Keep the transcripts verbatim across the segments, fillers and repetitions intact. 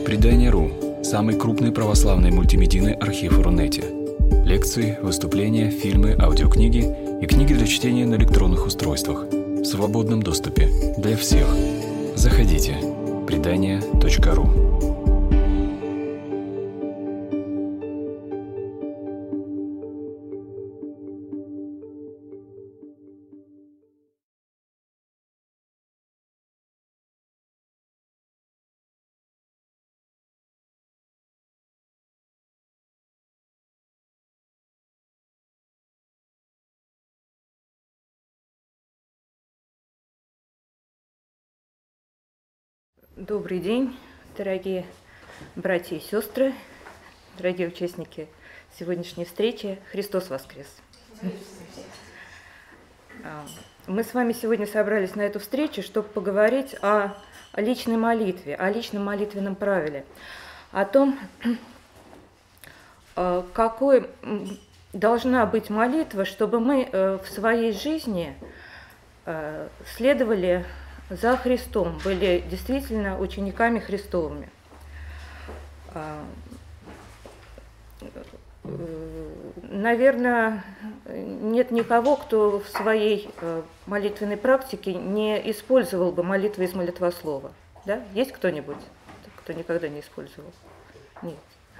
Предание.ру – самый крупный православный мультимедийный архив в Рунете. Лекции, выступления, фильмы, аудиокниги и книги для чтения на электронных устройствах в свободном доступе для всех. Заходите. предание точка ру. Добрый день, дорогие братья и сестры, дорогие участники сегодняшней встречи. Христос воскрес! Мы с вами сегодня собрались на эту встречу, чтобы поговорить о, о личной молитве, о личном молитвенном правиле, о том, какой должна быть молитва, чтобы мы в своей жизни следовали за Христом, были действительно учениками Христовыми. Наверное, нет никого, кто в своей молитвенной практике не использовал бы молитвы из молитвослова. Да? Есть кто-нибудь, кто никогда не использовал? Нет.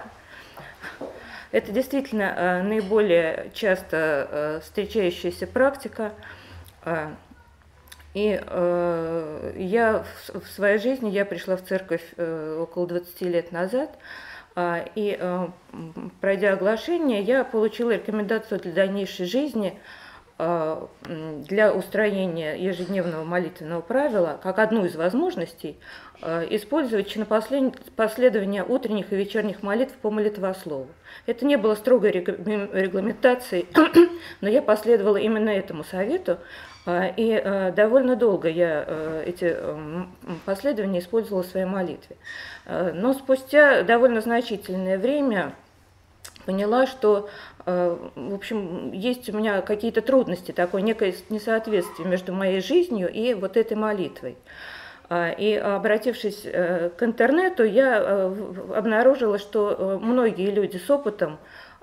Это действительно наиболее часто встречающаяся практика. И э, я в, в своей жизни, я пришла в церковь э, около двадцати лет назад, э, и э, пройдя оглашение, я получила рекомендацию для дальнейшей жизни э, для устроения ежедневного молитвенного правила, как одну из возможностей, э, использовать чинопоследование утренних и вечерних молитв по молитвослову. Это не было строгой регламентацией, но я последовала именно этому совету. И довольно долго я эти последования использовала в своей молитве. Но спустя довольно значительное время поняла, что, в общем, есть у меня какие-то трудности, такое некое несоответствие между моей жизнью и вот этой молитвой. И, обратившись к интернету, я обнаружила, что многие люди с опытом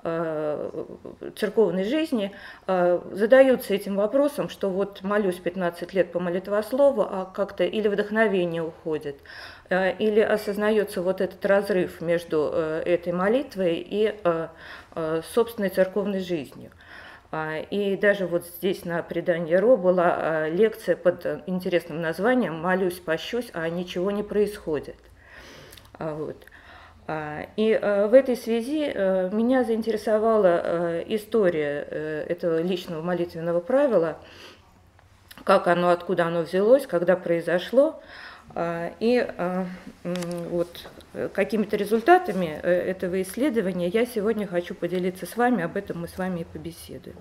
церковной жизни задаются этим вопросом, что вот молюсь пятнадцать лет по молитвослову, а как-то или вдохновение уходит, или осознается вот этот разрыв между этой молитвой и собственной церковной жизнью. И даже вот здесь на Предание.ру была лекция под интересным названием «Молюсь, пощусь, а ничего не происходит». Вот. И в этой связи меня заинтересовала история этого личного молитвенного правила, как оно, откуда оно взялось, когда произошло, и вот какими-то результатами этого исследования я сегодня хочу поделиться с вами, об этом мы с вами и побеседуем.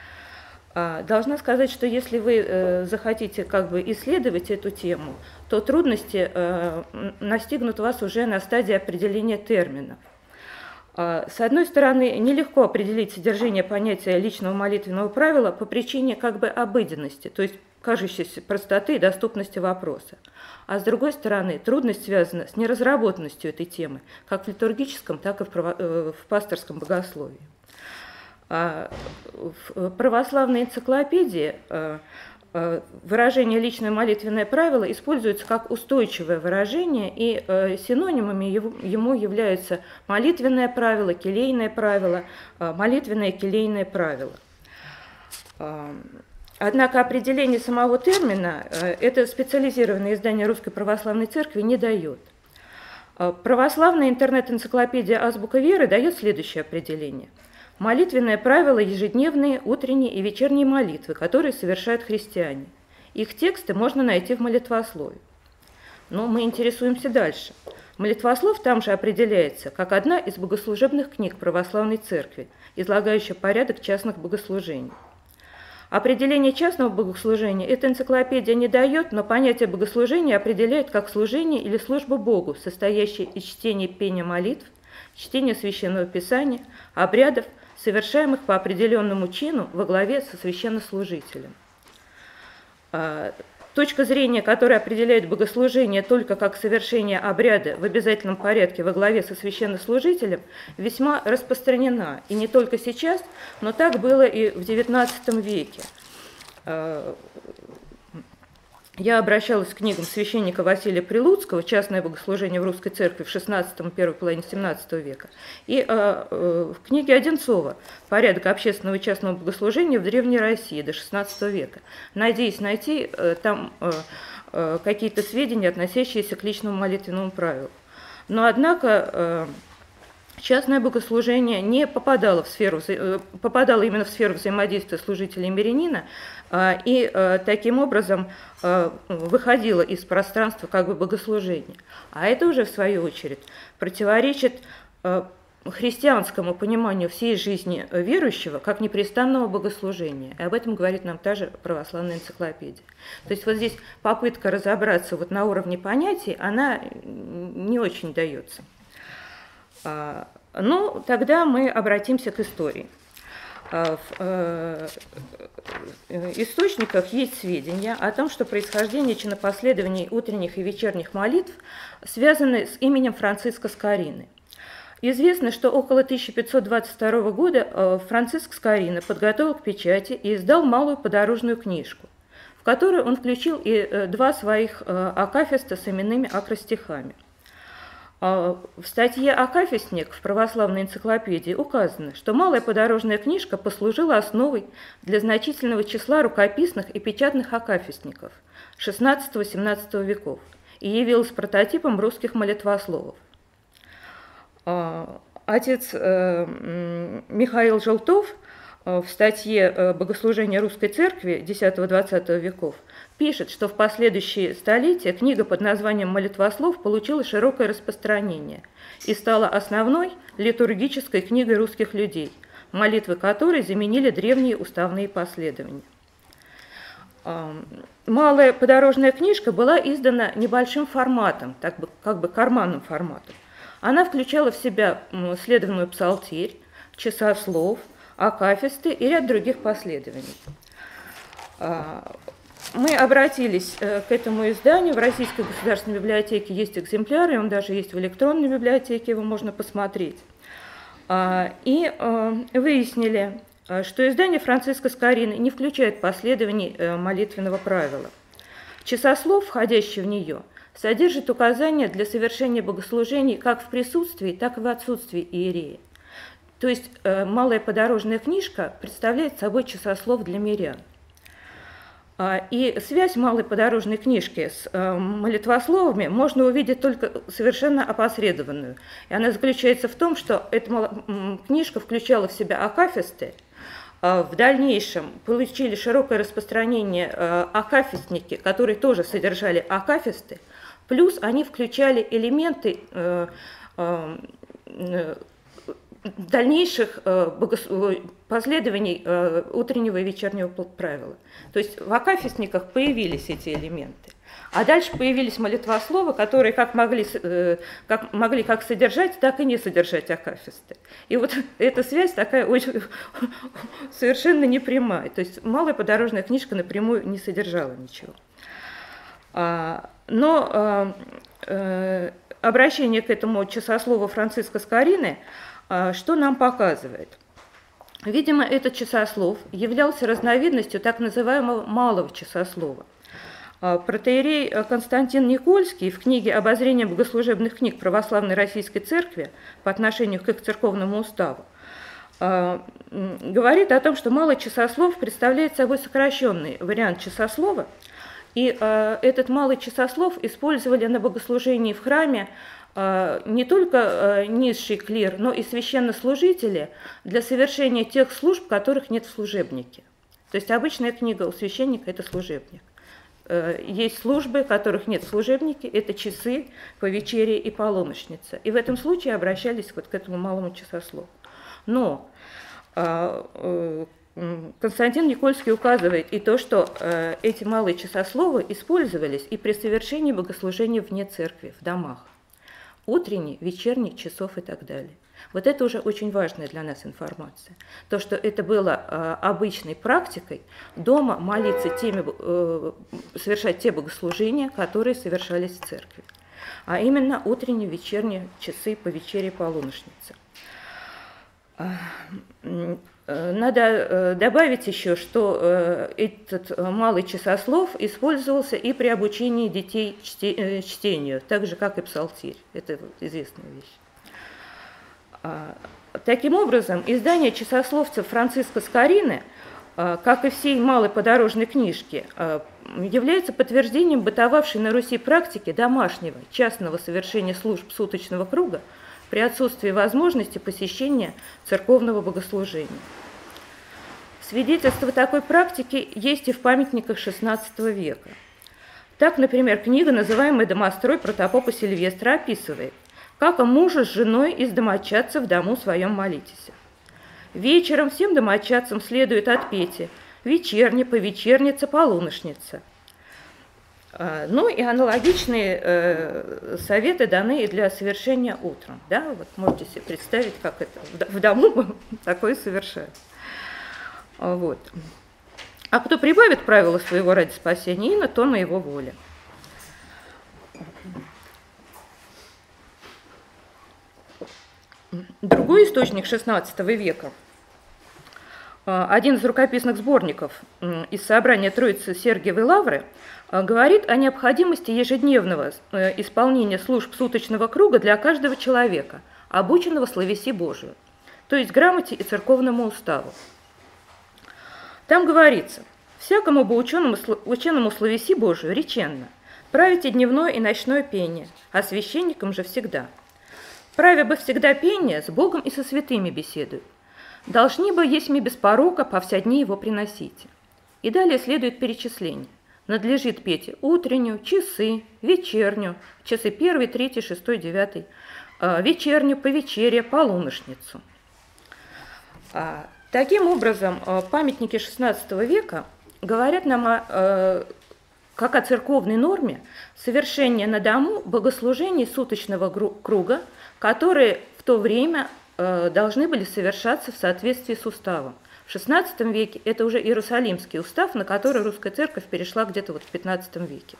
Должна сказать, что если вы захотите как бы исследовать эту тему, то трудности настигнут вас уже на стадии определения терминов. С одной стороны, нелегко определить содержание понятия личного молитвенного правила по причине как бы обыденности, то есть кажущейся простоты и доступности вопроса. А с другой стороны, трудность связана с неразработанностью этой темы, как в литургическом, так и в, право- в пасторском богословии. В православной энциклопедии выражение «личное молитвенное правило» используется как устойчивое выражение, и синонимами ему являются молитвенное правило, келейное правило, молитвенное келейное правило. Однако определение самого термина это специализированное издание Русской Православной Церкви не дает. Православная интернет-энциклопедия «Азбука веры» дает следующее определение. Молитвенное правило – ежедневные, утренние и вечерние молитвы, которые совершают христиане. Их тексты можно найти в молитвослове. Но мы интересуемся дальше. Молитвослов там же определяется как одна из богослужебных книг православной церкви, излагающая порядок частных богослужений. Определение частного богослужения эта энциклопедия не дает, но понятие богослужения определяет как служение или служба Богу, состоящее из чтения и пения молитв, чтения Священного Писания, обрядов, совершаемых по определенному чину во главе со священнослужителем. точка зрения, которая определяет богослужение только как совершение обряда в обязательном порядке во главе со священнослужителем, весьма распространена. И не только сейчас, но так было и в девятнадцатом веке. Я обращалась к книгам священника Василия Прилуцкого «Частное богослужение в русской церкви» в шестнадцатом и первой половине семнадцатого века и э, э, в книге Одинцова «Порядок общественного и частного богослужения в Древней России до шестнадцатого века», надеясь найти э, там э, э, какие-то сведения, относящиеся к личному молитвенному правилу. Но, однако, э, частное богослужение не попадало, в сферу, попадало именно в сферу взаимодействия служителя и мирянина, и таким образом выходило из пространства как бы богослужения. А это уже, в свою очередь, противоречит христианскому пониманию всей жизни верующего как непрестанного богослужения. И об этом говорит нам та же православная энциклопедия. То есть вот здесь попытка разобраться вот на уровне понятий, она не очень дается. Ну, тогда мы обратимся к истории. В источниках есть сведения о том, что происхождение чинопоследований утренних и вечерних молитв связаны с именем Франциска Скорины. Известно, что около тысяча пятьсот двадцать второго года Франциск Скорина подготовил к печати и издал малую подорожную книжку, в которую он включил и два своих акафиста с именными акростихами. В статье «Акафистник» в православной энциклопедии указано, что малая подорожная книжка послужила основой для значительного числа рукописных и печатных акафистников шестнадцатого-семнадцатого веков и явилась прототипом русских молитвословов. Отец Михаил Желтов в статье «Богослужение русской церкви» десятого-двадцатого веков пишет, что в последующие столетия книга под названием «Молитвослов» получила широкое распространение и стала основной литургической книгой русских людей, молитвы которой заменили древние уставные последования. Малая подорожная книжка была издана небольшим форматом, так бы, как бы карманным форматом. Она включала в себя следовную псалтирь, часослов, акафисты и ряд других последований. Мы обратились к этому изданию. В Российской государственной библиотеке есть экземпляры, он даже есть в электронной библиотеке, его можно посмотреть. И выяснили, что издание Франциска Скорины не включает последований молитвенного правила. Часослов, входящий в нее, содержит указания для совершения богослужений как в присутствии, так и в отсутствии иерея. То есть малая подорожная книжка представляет собой часослов для мирян. И связь малой подорожной книжки с молитвословами можно увидеть только совершенно опосредованную. И она заключается в том, что эта книжка включала в себя акафисты. В дальнейшем получили широкое распространение акафистники, которые тоже содержали акафисты, плюс они включали элементы дальнейших последований утреннего и вечернего правила. То есть в акафистниках появились эти элементы. А дальше появились молитвословы, которые как могли, как могли как содержать, так и не содержать акафисты. И вот эта связь такая очень, совершенно непрямая. То есть малая подорожная книжка напрямую не содержала ничего. Но обращение к этому часослову Франциска Скорины что нам показывает? Видимо, этот часослов являлся разновидностью так называемого малого часослова. Протоиерей Константин Никольский в книге «Обозрение богослужебных книг православной Российской Церкви по отношению к их церковному уставу» говорит о том, что малый часослов представляет собой сокращенный вариант часослова, и этот малый часослов использовали на богослужении в храме не только низший клир, но и священнослужители для совершения тех служб, которых нет в служебнике. То есть обычная книга у священника – это служебник. Есть службы, которых нет в служебнике, это часы, повечерие и полуночница. И в этом случае обращались вот к этому малому часослову. Но Константин Никольский указывает и то, что эти малые часословы использовались и при совершении богослужения вне церкви, в домах. Утренний, вечерний, часов и так далее. Вот это уже очень важная для нас информация. То, что это было обычной практикой дома молиться теми, совершать те богослужения, которые совершались в церкви. А именно утренние, вечерние часы по вечере и полуношнице. Надо добавить еще, что этот малый часослов использовался и при обучении детей чтению, так же, как и псалтирь. Это известная вещь. Таким образом, издание часословцев Франциска Скорины, как и всей малой подорожной книжки, является подтверждением бытовавшей на Руси практики домашнего, частного совершения служб суточного круга при отсутствии возможности посещения церковного богослужения. Свидетельства такой практики есть и в памятниках шестнадцатого века. Так, например, книга, называемая «Домострой» протопопа Сильвестра, описывает, как о муже с женой из домочадцев в дому своем молитесь. Вечером всем домочадцам следует отпетие вечерне, повечерница, полуношница. Ну и аналогичные э, советы даны и для совершения утром. Да? Вот можете себе представить, как это в дому такое совершают. Вот. А кто прибавит правила своего ради спасения Ина, то на его воле. Другой источник шестнадцатого века, один из рукописных сборников из собрания Троицы Сергиевой Лавры, говорит о необходимости ежедневного исполнения служб суточного круга для каждого человека, обученного словеси Божию, то есть грамоте и церковному уставу. Там говорится: «Всякому бы ученому, ученому словеси Божию реченно, правите дневное и ночное пение, а священникам же всегда. Правя бы всегда пение, с Богом и со святыми беседуют. Должны бы есть ми без порока, по вся дни его приносите». И далее следует перечисление. Надлежит петь утреннюю, часы, вечернюю, часы первый, третий, шестой, девятый, вечернюю, повечерие, полуношницу. Таким образом, памятники шестнадцатого века говорят нам о, как о церковной норме совершения на дому богослужений суточного круга, которые в то время должны были совершаться в соответствии с уставом. В шестнадцатом веке это уже Иерусалимский устав, на который русская церковь перешла где-то вот в пятнадцатом веке.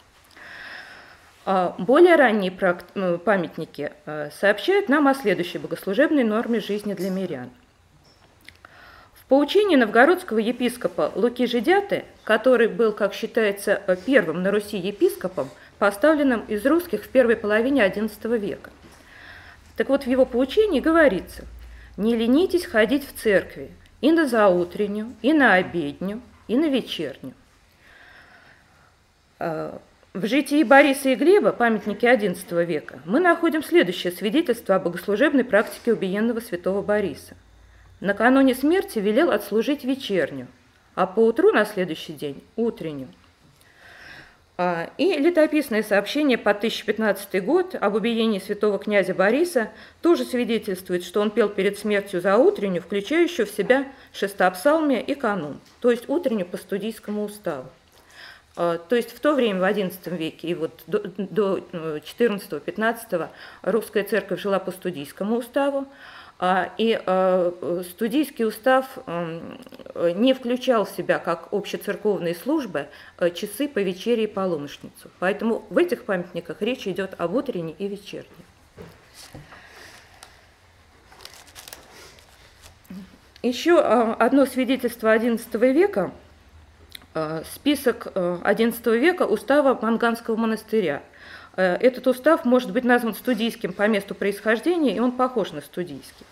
Более ранние памятники сообщают нам о следующей богослужебной норме жизни для мирян. В поучении новгородского епископа Луки Жидяты, который был, как считается, первым на Руси епископом, поставленным из русских в первой половине одиннадцатого века. Так вот, в его поучении говорится: «Не ленитесь ходить в церкви и на заутреннюю, и на обедню, и на вечернюю». В житии Бориса и Глеба, памятнике одиннадцатого века, мы находим следующее свидетельство о богослужебной практике убиенного святого Бориса. Накануне смерти велел отслужить вечернюю, а поутру на следующий день – утреннюю. И летописное сообщение по тысяча пятнадцатый год об убиении святого князя Бориса тоже свидетельствует, что он пел перед смертью за утреннюю, включающую в себя шестопсалмие и канун, то есть утреннюю по студийскому уставу. То есть в то время, в одиннадцатом веке и вот до четырнадцатого-пятнадцатого русская церковь жила по студийскому уставу, и студийский устав не включал в себя, как общецерковные службы, часы по вечере и полуношницу. Поэтому в этих памятниках речь идет об утренней и вечерней. Еще одно свидетельство одиннадцатого века, список одиннадцатого века устава Манганского монастыря. Этот устав может быть назван студийским по месту происхождения, и он похож на студийский.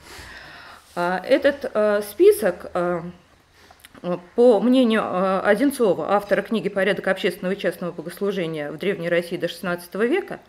Этот список, по мнению Одинцова, автора книги «Порядок общественного и частного богослужения в Древней России до шестнадцатого века»,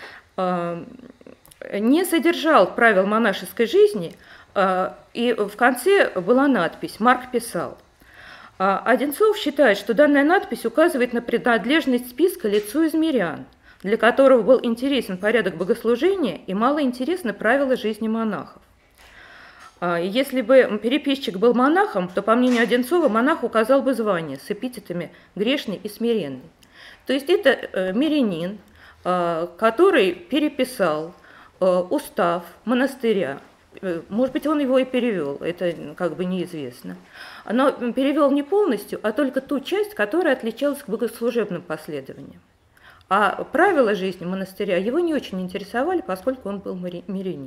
не содержал правил монашеской жизни, и в конце была надпись «Марк писал». Одинцов считает, что данная надпись указывает на принадлежность списка лицу из мирян, для которого был интересен порядок богослужения и мало интересны правила жизни монахов. Если бы переписчик был монахом, то, по мнению Одинцова, монах указал бы звание с эпитетами «грешный» и «смиренный». То есть это мирянин, который переписал устав монастыря может быть, он его и перевел, это как бы неизвестно. Но перевел не полностью, а только ту часть, которая отличалась к богослужебным последованиям. А правила жизни монастыря его не очень интересовали, поскольку он был мирянин.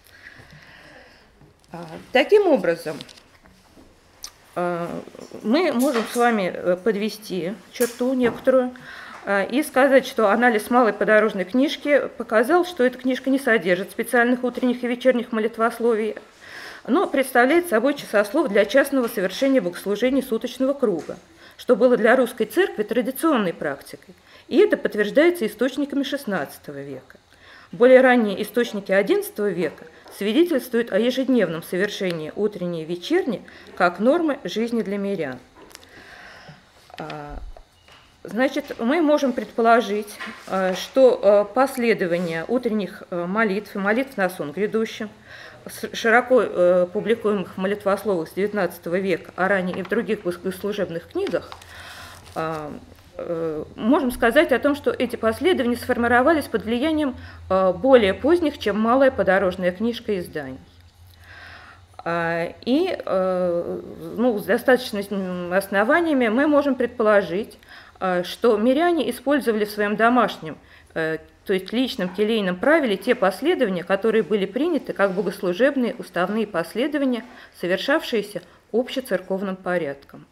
Таким образом, мы можем с вами подвести черту некоторую и сказать, что анализ малой подорожной книжки показал, что эта книжка не содержит специальных утренних и вечерних молитвословий, но представляет собой часослов для частного совершения богослужений суточного круга, что было для русской церкви традиционной практикой, и это подтверждается источниками шестнадцатого века. Более ранние источники одиннадцатого века свидетельствуют о ежедневном совершении утренней и вечерней как нормы жизни для мирян. Значит, мы можем предположить, что последование утренних молитв и молитв на сон грядущим, широко публикуемых в молитвословах с девятнадцатого века, а ранее и в других богослужебных книгах, можем сказать о том, что эти последования сформировались под влиянием более поздних, чем малая подорожная книжка изданий. И ну, с достаточными основаниями мы можем предположить, что миряне использовали в своем домашнем, то есть личном келейном правиле те последования, которые были приняты как богослужебные уставные последования, совершавшиеся общецерковным порядком.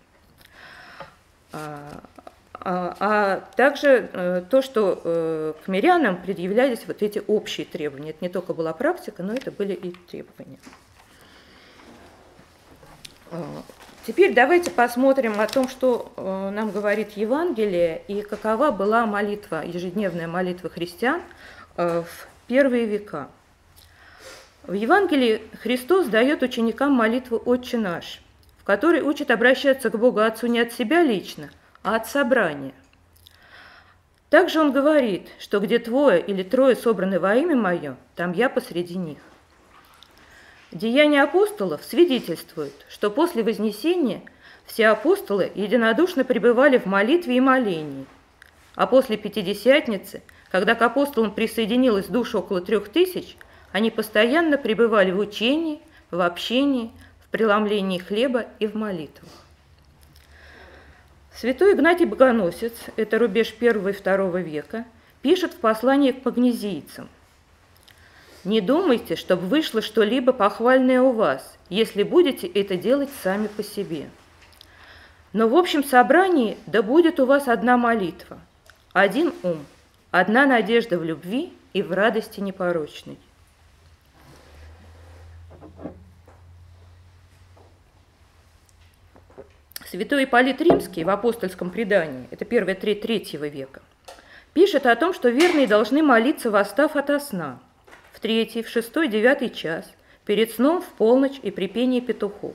А, а также то, что к мирянам предъявлялись вот эти общие требования. Это не только была практика, но это были и требования. Теперь давайте посмотрим о том, что нам говорит Евангелие и какова была молитва, ежедневная молитва христиан в первые века. В Евангелии Христос дает ученикам молитву «Отче наш», в которой учит обращаться к Богу Отцу не от себя лично, а от собрания. Также он говорит, что где двое или трое собраны во имя Мое, там я посреди них. Деяния апостолов свидетельствуют, что после Вознесения все апостолы единодушно пребывали в молитве и молении, а после Пятидесятницы, когда к апостолам присоединилась душа около трех тысяч, они постоянно пребывали в учении, в общении, в преломлении хлеба и в молитвах. Святой Игнатий Богоносец, это рубеж первого и второго века, пишет в послании к магнезийцам: «Не думайте, чтобы вышло что-либо похвальное у вас, если будете это делать сами по себе. Но в общем собрании да будет у вас одна молитва, один ум, одна надежда в любви и в радости непорочной». Святой Ипполит Римский в апостольском предании, это первая треть третьего века, пишет о том, что верные должны молиться, восстав ото сна, в третий, в шестой, девятый час, перед сном, в полночь и при пении петухов.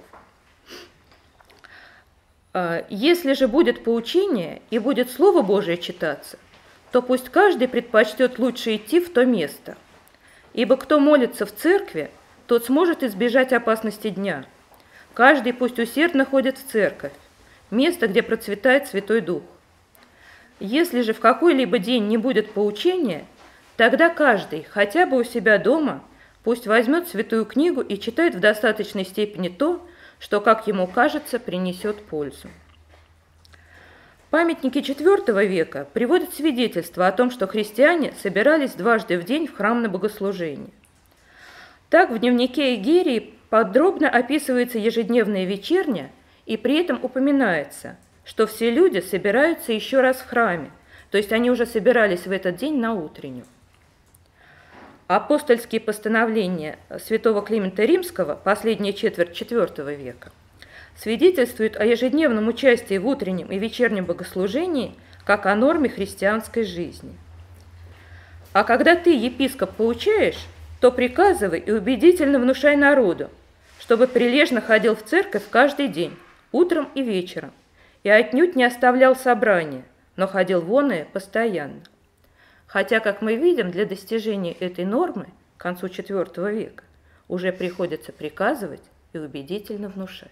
Если же будет поучение и будет Слово Божие читаться, то пусть каждый предпочтет лучше идти в то место. Ибо кто молится в церкви, тот сможет избежать опасности дня. Каждый пусть усердно ходит в церковь, место, где процветает Святой Дух. Если же в какой-либо день не будет поучения, тогда каждый, хотя бы у себя дома, пусть возьмет святую книгу и читает в достаточной степени то, что, как ему кажется, принесет пользу. Памятники четвёртого века приводят свидетельство о том, что христиане собирались дважды в день в храм на богослужение. Так в дневнике Эгерии подробно описывается ежедневная вечерня, и при этом упоминается, что все люди собираются еще раз в храме, то есть они уже собирались в этот день на утреннюю. Апостольские постановления святого Климента Римского, последняя четверть четвёртого века, свидетельствуют о ежедневном участии в утреннем и вечернем богослужении как о норме христианской жизни. А когда ты, епископ, поучаешь, то приказывай и убедительно внушай народу, чтобы прилежно ходил в церковь каждый день, утром и вечером, и отнюдь не оставлял собрания, но ходил воное постоянно. Хотя, как мы видим, для достижения этой нормы к концу четвёртого века уже приходится приказывать и убедительно внушать.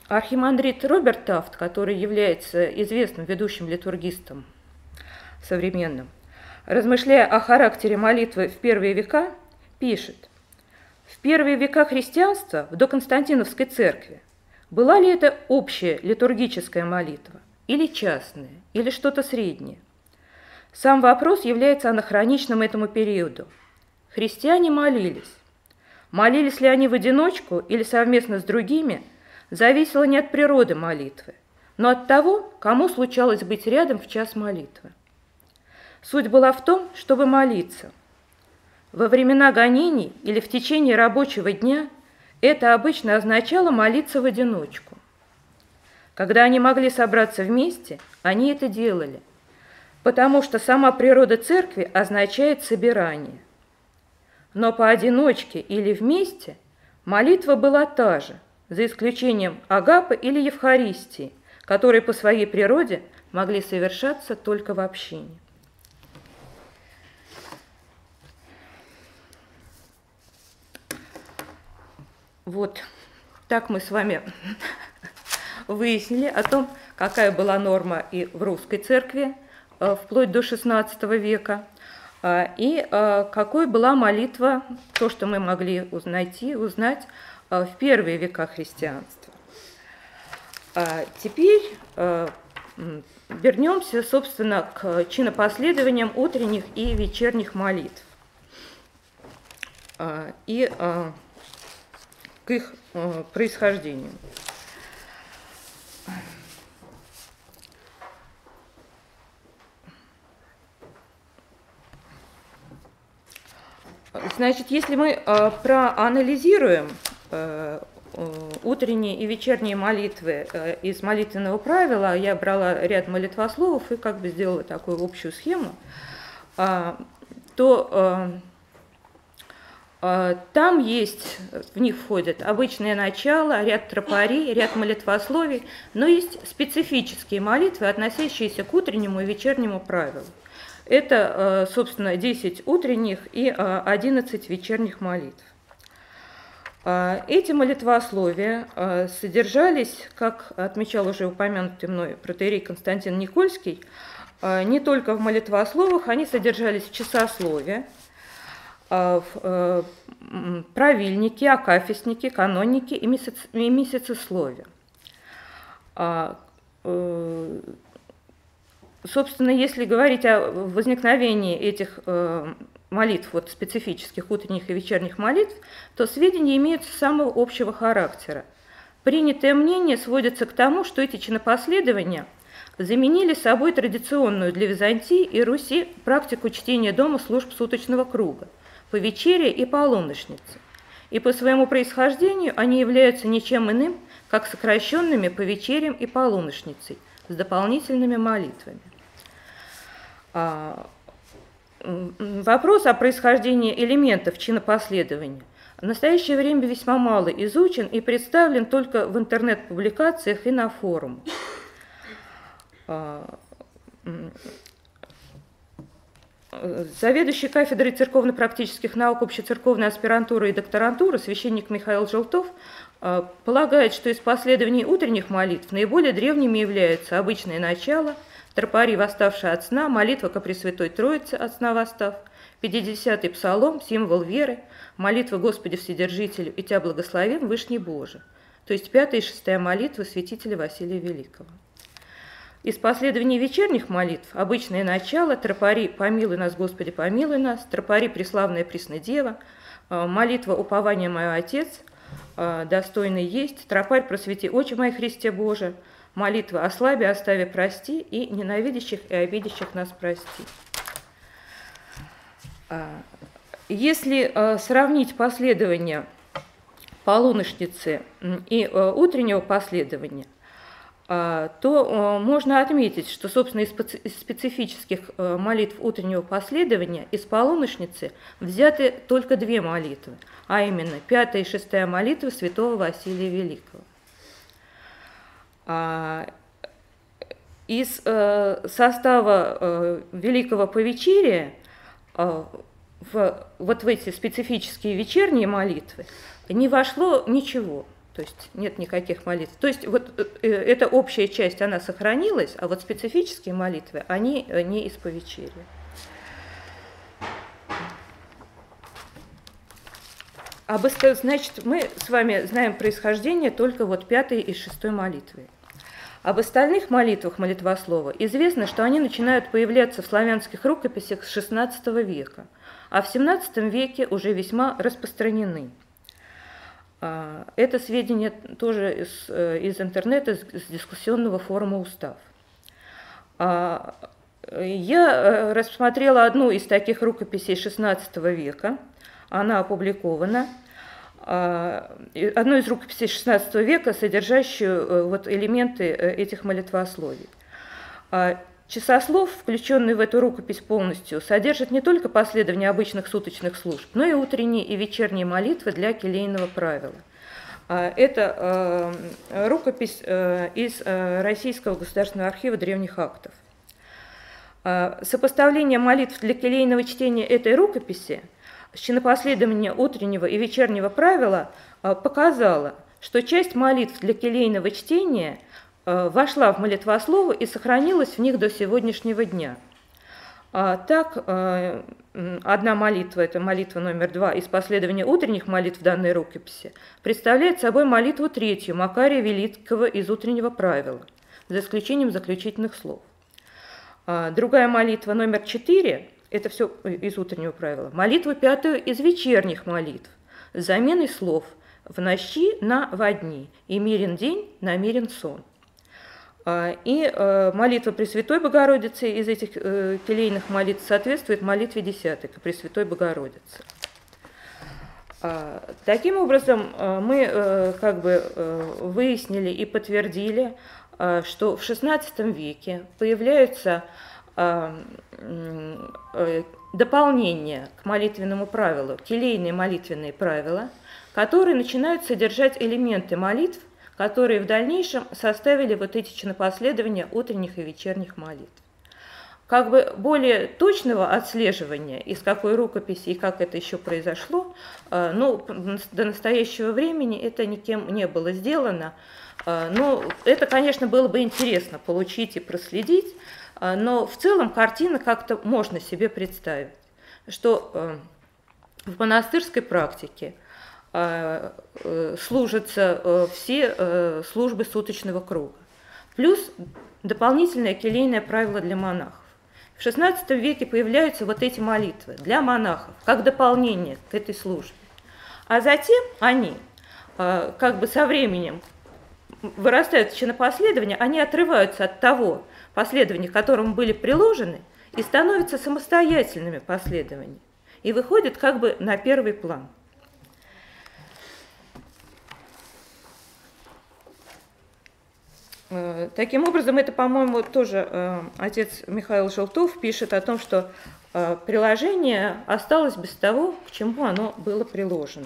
архимандрит Роберт Тафт, который является известным ведущим литургистом современным, размышляя о характере молитвы в первые века, пишет: «В первые века христианства в доконстантиновской церкви была ли это общая литургическая молитва, или частная, или что-то среднее? Сам вопрос является анахроничным этому периоду. Христиане молились. Молились ли они в одиночку или совместно с другими, зависело не от природы молитвы, но от того, кому случалось быть рядом в час молитвы. Суть была в том, чтобы молиться. Во времена гонений или в течение рабочего дня это обычно означало молиться в одиночку. Когда они могли собраться вместе, они это делали, потому что сама природа церкви означает собирание. Но поодиночке или вместе молитва была та же, за исключением агапы или Евхаристии, которые по своей природе могли совершаться только в общине. Вот так мы с вами выяснили о том, какая была норма и в русской церкви вплоть до шестнадцатого века, и какой была молитва, то, что мы могли найти, узнать в первые века христианства. Теперь вернемся, собственно, к чинопоследованиям утренних и вечерних молитв и к их происхождению. Значит, если мы проанализируем утренние и вечерние молитвы из молитвенного правила, я брала ряд молитвословов и как бы сделала такую общую схему, то там есть, в них входят обычное начало, ряд тропарей, ряд молитвословий, но есть специфические молитвы, относящиеся к утреннему и вечернему правилу. Это, собственно, десять утренних и одиннадцать вечерних молитв. Эти молитвословия содержались, как отмечал уже упомянутый мной протоиерей Константин Никольский, не только в молитвословах, они содержались в часослове, в правильнике, акафистнике, канонике и месяцеслове. Собственно, если говорить о возникновении этих молитв, вот, специфических утренних и вечерних молитв, то сведения имеются самого общего характера. Принятое мнение сводится к тому, что эти чинопоследования заменили собой традиционную для Византии и Руси практику чтения дома служб суточного круга, по вечере и полуночнице. И по своему происхождению они являются ничем иным, как сокращенными по вечерям и полуночницей, с дополнительными молитвами. Вопрос о происхождении элементов чинопоследования в настоящее время весьма мало изучен и представлен только в интернет-публикациях и на форумах. Заведующий кафедрой церковно-практических наук общецерковной аспирантуры и докторантуры священник Михаил Желтов полагает, что из последований утренних молитв наиболее древними являются обычное начало, тропари, восставшие от сна, молитва ко Пресвятой Троице, от сна восстав, пятидесятый псалом, символ веры, молитва Господи Вседержителю и Тя благословим, Вышний Боже, то есть пятая и шестая молитва святителя Василия Великого. Из последований вечерних молитв обычное начало, тропари «Помилуй нас, Господи, помилуй нас», тропари «Преславная Преснодева», молитва «Упование мое, Отец», «Достойный есть», тропарь «Просвети очи мои, Христе Боже», молитва «О слабе, оставе, прости» и «Ненавидящих и обидящих нас прости». Если сравнить последование полуночницы и утреннего последования, то можно отметить, что, собственно, из специфических молитв утреннего последования из полуночницы взяты только две молитвы, а именно пятая и шестая молитвы святого Василия Великого. Из состава Великого Повечерия в, вот в эти специфические вечерние молитвы не вошло ничего. То есть нет никаких молитв. То есть вот эта общая часть, она сохранилась, а вот специфические молитвы, они не из повечерия. Об, значит, мы с вами знаем происхождение только вот пятой и шестой молитвы. Об остальных молитвах молитвослова известно, что они начинают появляться в славянских рукописях с шестнадцатого века, а в семнадцатом веке уже весьма распространены. Это сведения тоже из, из интернета, из дискуссионного форума «Устав». Я рассмотрела одну из таких рукописей шестнадцатого века. Она опубликована. Одну из рукописей шестнадцатого века, содержащую вот элементы этих молитвословий. Часослов, включенный в эту рукопись полностью, содержит не только последование обычных суточных служб, но и утренние и вечерние молитвы для келейного правила. Это рукопись из Российского государственного архива древних актов. Сопоставление молитв для келейного чтения этой рукописи с чинопоследования утреннего и вечернего правила показало, что часть молитв для келейного чтения вошла в молитвословы и сохранилась в них до сегодняшнего дня. Так, одна молитва, это молитва номер два из последования утренних молитв данной рукописи, представляет собой молитву третью Макария Великого из утреннего правила, за исключением заключительных слов. Другая молитва номер четыре, это все из утреннего правила, молитва пятую из вечерних молитв, с заменой слов «в нощи» на «во дни» и «мирен день» на «мирен сон». И молитва Пресвятой Богородицы из этих келейных молитв соответствует молитве десятой к Пресвятой Богородице. Таким образом, мы как бы выяснили и подтвердили, что в шестнадцатом веке появляются дополнения к молитвенному правилу, келейные молитвенные правила, которые начинают содержать элементы молитв, которые в дальнейшем составили вот эти чинопоследования утренних и вечерних молитв. Как бы более точного отслеживания, из какой рукописи и как это еще произошло, ну, до настоящего времени это никем не было сделано. Но это, конечно, было бы интересно получить и проследить, но в целом картина как-то можно себе представить, что в монастырской практике служатся все службы суточного круга, плюс дополнительное келейное правило для монахов. В шестнадцатом веке появляются вот эти молитвы для монахов, как дополнение к этой службе. А затем они, как бы со временем, вырастают в чинопоследования, они отрываются от того последования, к которому были приложены, и становятся самостоятельными последованиями, и выходят как бы на первый план. Таким образом, это, по-моему, тоже отец Михаил Желтов пишет о том, что приложение осталось без того, к чему оно было приложено.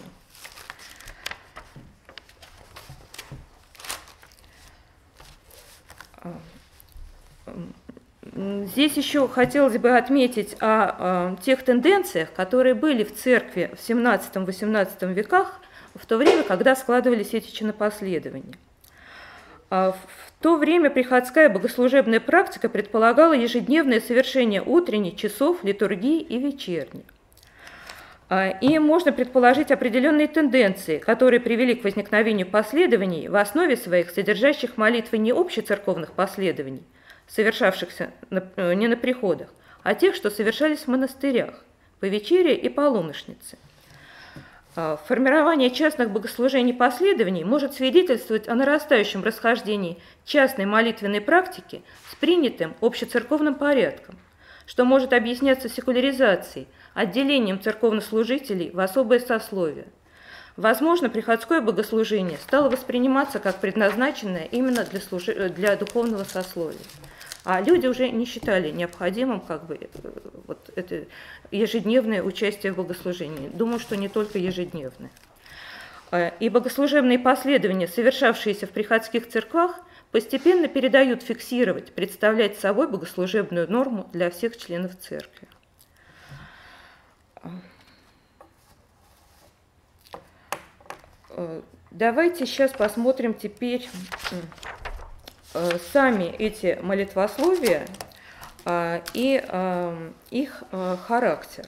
Здесь еще хотелось бы отметить о, о тех тенденциях, которые были в церкви в семнадцатом-восемнадцатом веках, в то время, когда складывались эти чинопоследования. В то время приходская богослужебная практика предполагала ежедневное совершение утренних часов, литургии и вечерней. И можно предположить определенные тенденции, которые привели к возникновению последований в основе своих, содержащих молитвы не общецерковных последований, совершавшихся не на приходах, а тех, что совершались в монастырях, по вечере и полуношнице. Формирование частных богослужений последований может свидетельствовать о нарастающем расхождении частной молитвенной практики с принятым общецерковным порядком, что может объясняться секуляризацией, отделением церковнослужителей в особое сословие. Возможно, приходское богослужение стало восприниматься как предназначенное именно для, служи... для духовного сословия. А люди уже не считали необходимым как бы, вот это ежедневное участие в богослужении. Думаю, что не только ежедневное. И богослужебные последования, совершавшиеся в приходских церквах, постепенно передают фиксировать, представлять собой богослужебную норму для всех членов церкви. Давайте сейчас посмотрим теперь сами эти молитвословия и их характер.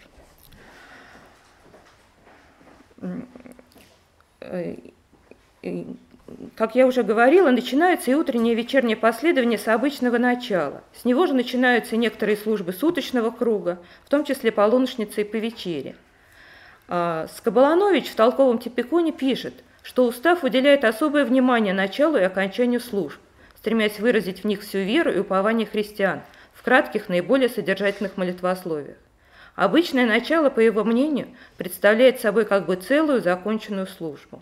Как я уже говорила, начинается и утреннее и вечернее последование с обычного начала. С него же начинаются некоторые службы суточного круга, в том числе полуночница и по вечере. Скобаланович в толковом типиконе пишет, что устав уделяет особое внимание началу и окончанию служб, стремясь выразить в них всю веру и упование христиан в кратких, наиболее содержательных молитвословиях. Обычное начало, по его мнению, представляет собой как бы целую законченную службу.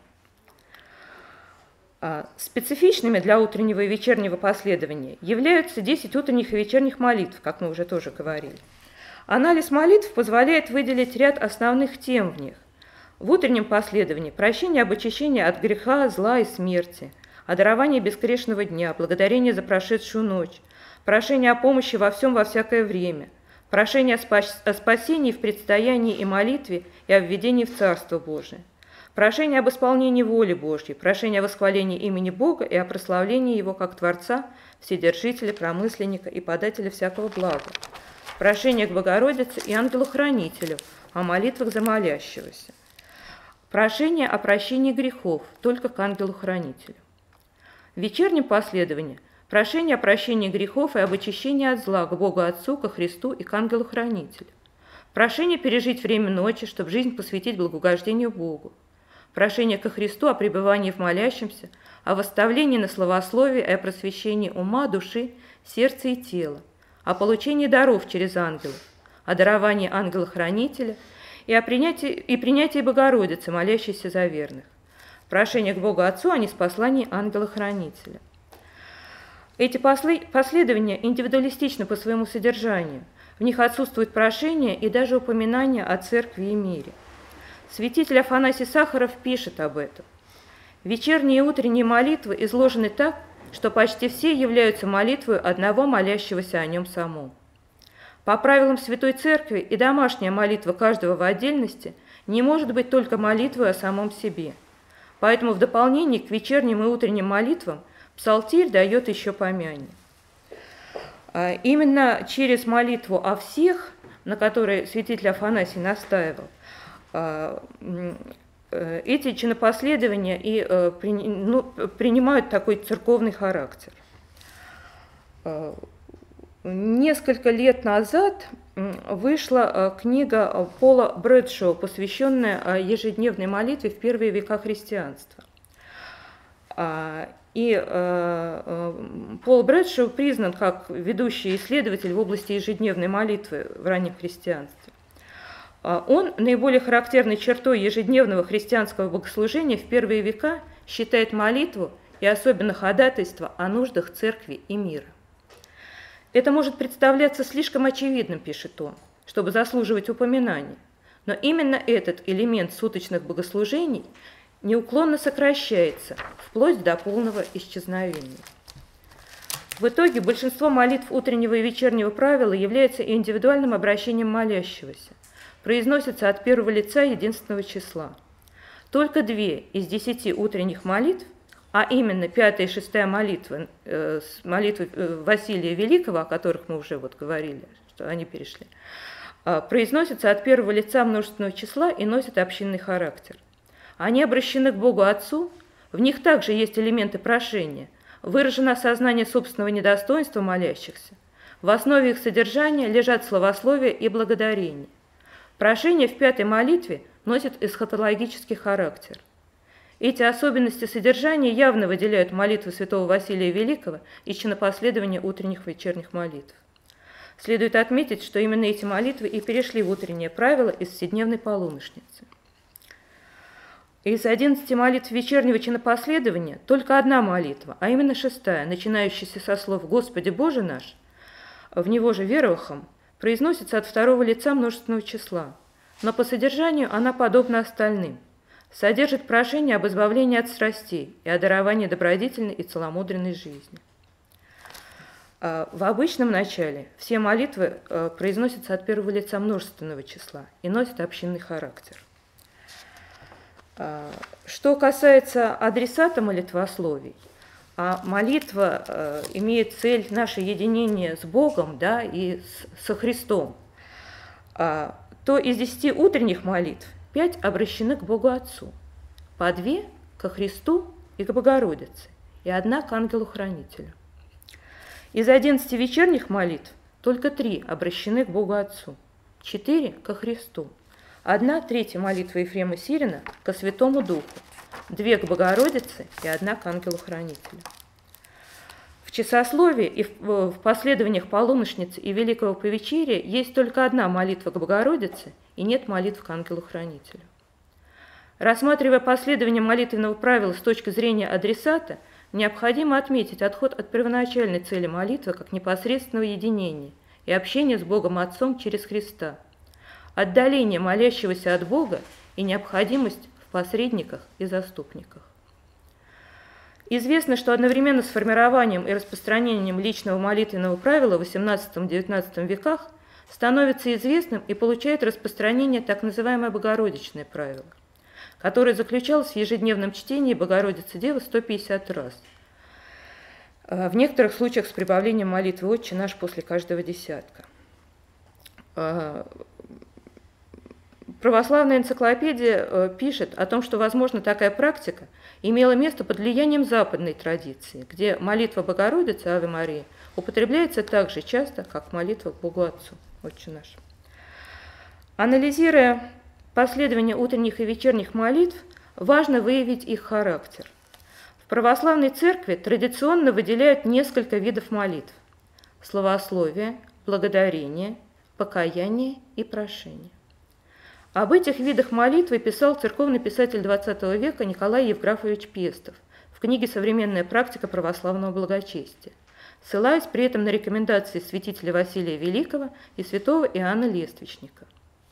Специфичными для утреннего и вечернего последования являются десять утренних и вечерних молитв, как мы уже тоже говорили. Анализ молитв позволяет выделить ряд основных тем в них. В утреннем последовании прощение об очищении от греха, зла и смерти, о даровании безгрешного дня, благодарение за прошедшую ночь, прошение о помощи во всем во всякое время, прошение о, спас- о спасении в предстоянии и молитве и о введении в Царство Божие, прошение об исполнении воли Божьей, прошение о восхвалении имени Бога и о прославлении Его как Творца, Вседержителя, Промысленника и Подателя всякого блага, прошение к Богородице и Ангелу-Хранителю о молитвах за молящегося, прошение о прощении грехов только к Ангелу-Хранителю. В вечернем последовании прошение о прощении грехов и об очищении от зла к Богу Отцу, ко Христу и к Ангелу-Хранителю, прошение пережить время ночи, чтобы жизнь посвятить благоугождению Богу, прошение ко Христу о пребывании в молящемся, о восставлении на словословие и о просвещении ума, души, сердца и тела, о получении даров через ангелов, о даровании ангела-хранителя и о принятии, и принятии Богородицы, молящейся за верных, прошение к Богу Отцу о ниспослании ангела-хранителя. Эти последования индивидуалистичны по своему содержанию, в них отсутствует прошение и даже упоминание о церкви и мире. Святитель Афанасий Сахаров пишет об этом. Вечерние и утренние молитвы изложены так, что почти все являются молитвой одного молящегося о нем самом. По правилам Святой Церкви и домашняя молитва каждого в отдельности не может быть только молитвой о самом себе. Поэтому в дополнение к вечерним и утренним молитвам псалтирь дает еще помяние. Именно через молитву о всех, на которой святитель Афанасий настаивал, эти чинопоследования и ну, принимают такой церковный характер. Несколько лет назад вышла книга Пола Брэдшоу, посвященная ежедневной молитве в первые века христианства. И Пол Брэдшоу признан как ведущий исследователь в области ежедневной молитвы в раннем христианстве. Он наиболее характерной чертой ежедневного христианского богослужения в первые века считает молитву и особенно ходатайство о нуждах церкви и мира. Это может представляться слишком очевидным, пишет он, чтобы заслуживать упоминания, но именно этот элемент суточных богослужений неуклонно сокращается, вплоть до полного исчезновения. В итоге большинство молитв утреннего и вечернего правила является индивидуальным обращением молящегося, произносятся от первого лица единственного числа. Только две из десяти утренних молитв, а именно пятая и шестая молитва, э, молитвы Василия Великого, о которых мы уже вот говорили, что они перешли, э, произносятся от первого лица множественного числа и носят общинный характер. Они обращены к Богу Отцу, в них также есть элементы прошения, выражено осознание собственного недостоинства молящихся. В основе их содержания лежат словословие и благодарение. Прошение в пятой молитве носит эсхатологический характер. Эти особенности содержания явно выделяют молитву святого Василия Великого и чинопоследование утренних и вечерних молитв. Следует отметить, что именно эти молитвы и перешли в утреннее правило из вседневной полуношницы. Из одиннадцати молитв вечернего чинопоследования только одна молитва, а именно шестая, начинающаяся со слов «Господи Боже наш», в него же веровахом, произносится от второго лица множественного числа, но по содержанию она подобна остальным, содержит прошение об избавлении от страстей и о даровании добродетельной и целомудренной жизни. В обычном начале все молитвы произносятся от первого лица множественного числа и носят общинный характер. Что касается адресата молитвословий, а молитва э, имеет цель наше единение с Богом, да, и с, со Христом, а, то из десяти утренних молитв пять обращены к Богу Отцу, по две ко Христу и к Богородице, и одна к ангелу-хранителю. Из одиннадцати вечерних молитв только три обращены к Богу Отцу, четыре ко Христу, одна третья молитва Ефрема Сирина ко Святому Духу, две к Богородице и одна к ангелу-хранителю. В часословии и в последованиях полуношницы и Великого Повечерия есть только одна молитва к Богородице и нет молитв к ангелу-хранителю. Рассматривая последование молитвенного правила с точки зрения адресата, необходимо отметить отход от первоначальной цели молитвы как непосредственного единения и общения с Богом Отцом через Христа, отдаление молящегося от Бога и необходимость в посредниках и заступниках. Известно, что одновременно с формированием и распространением личного молитвенного правила в восемнадцатом-девятнадцатом веках становится известным и получает распространение так называемое Богородичное правило, которое заключалось в ежедневном чтении Богородицы Девы сто пятьдесят раз, в некоторых случаях с прибавлением молитвы «Отче наш» после каждого десятка. Православная энциклопедия пишет о том, что, возможно, такая практика имела место под влиянием западной традиции, где молитва Богородицы «Аве Мария» употребляется так же часто, как молитва к Богу Отцу «Отче наш». Анализируя последование утренних и вечерних молитв, важно выявить их характер. В православной церкви традиционно выделяют несколько видов молитв: словословие, благодарение, покаяние и прошение. Об этих видах молитвы писал церковный писатель двадцатого века Николай Евграфович Пестов в книге «Современная практика православного благочестия», ссылаясь при этом на рекомендации святителя Василия Великого и святого Иоанна Лествичника.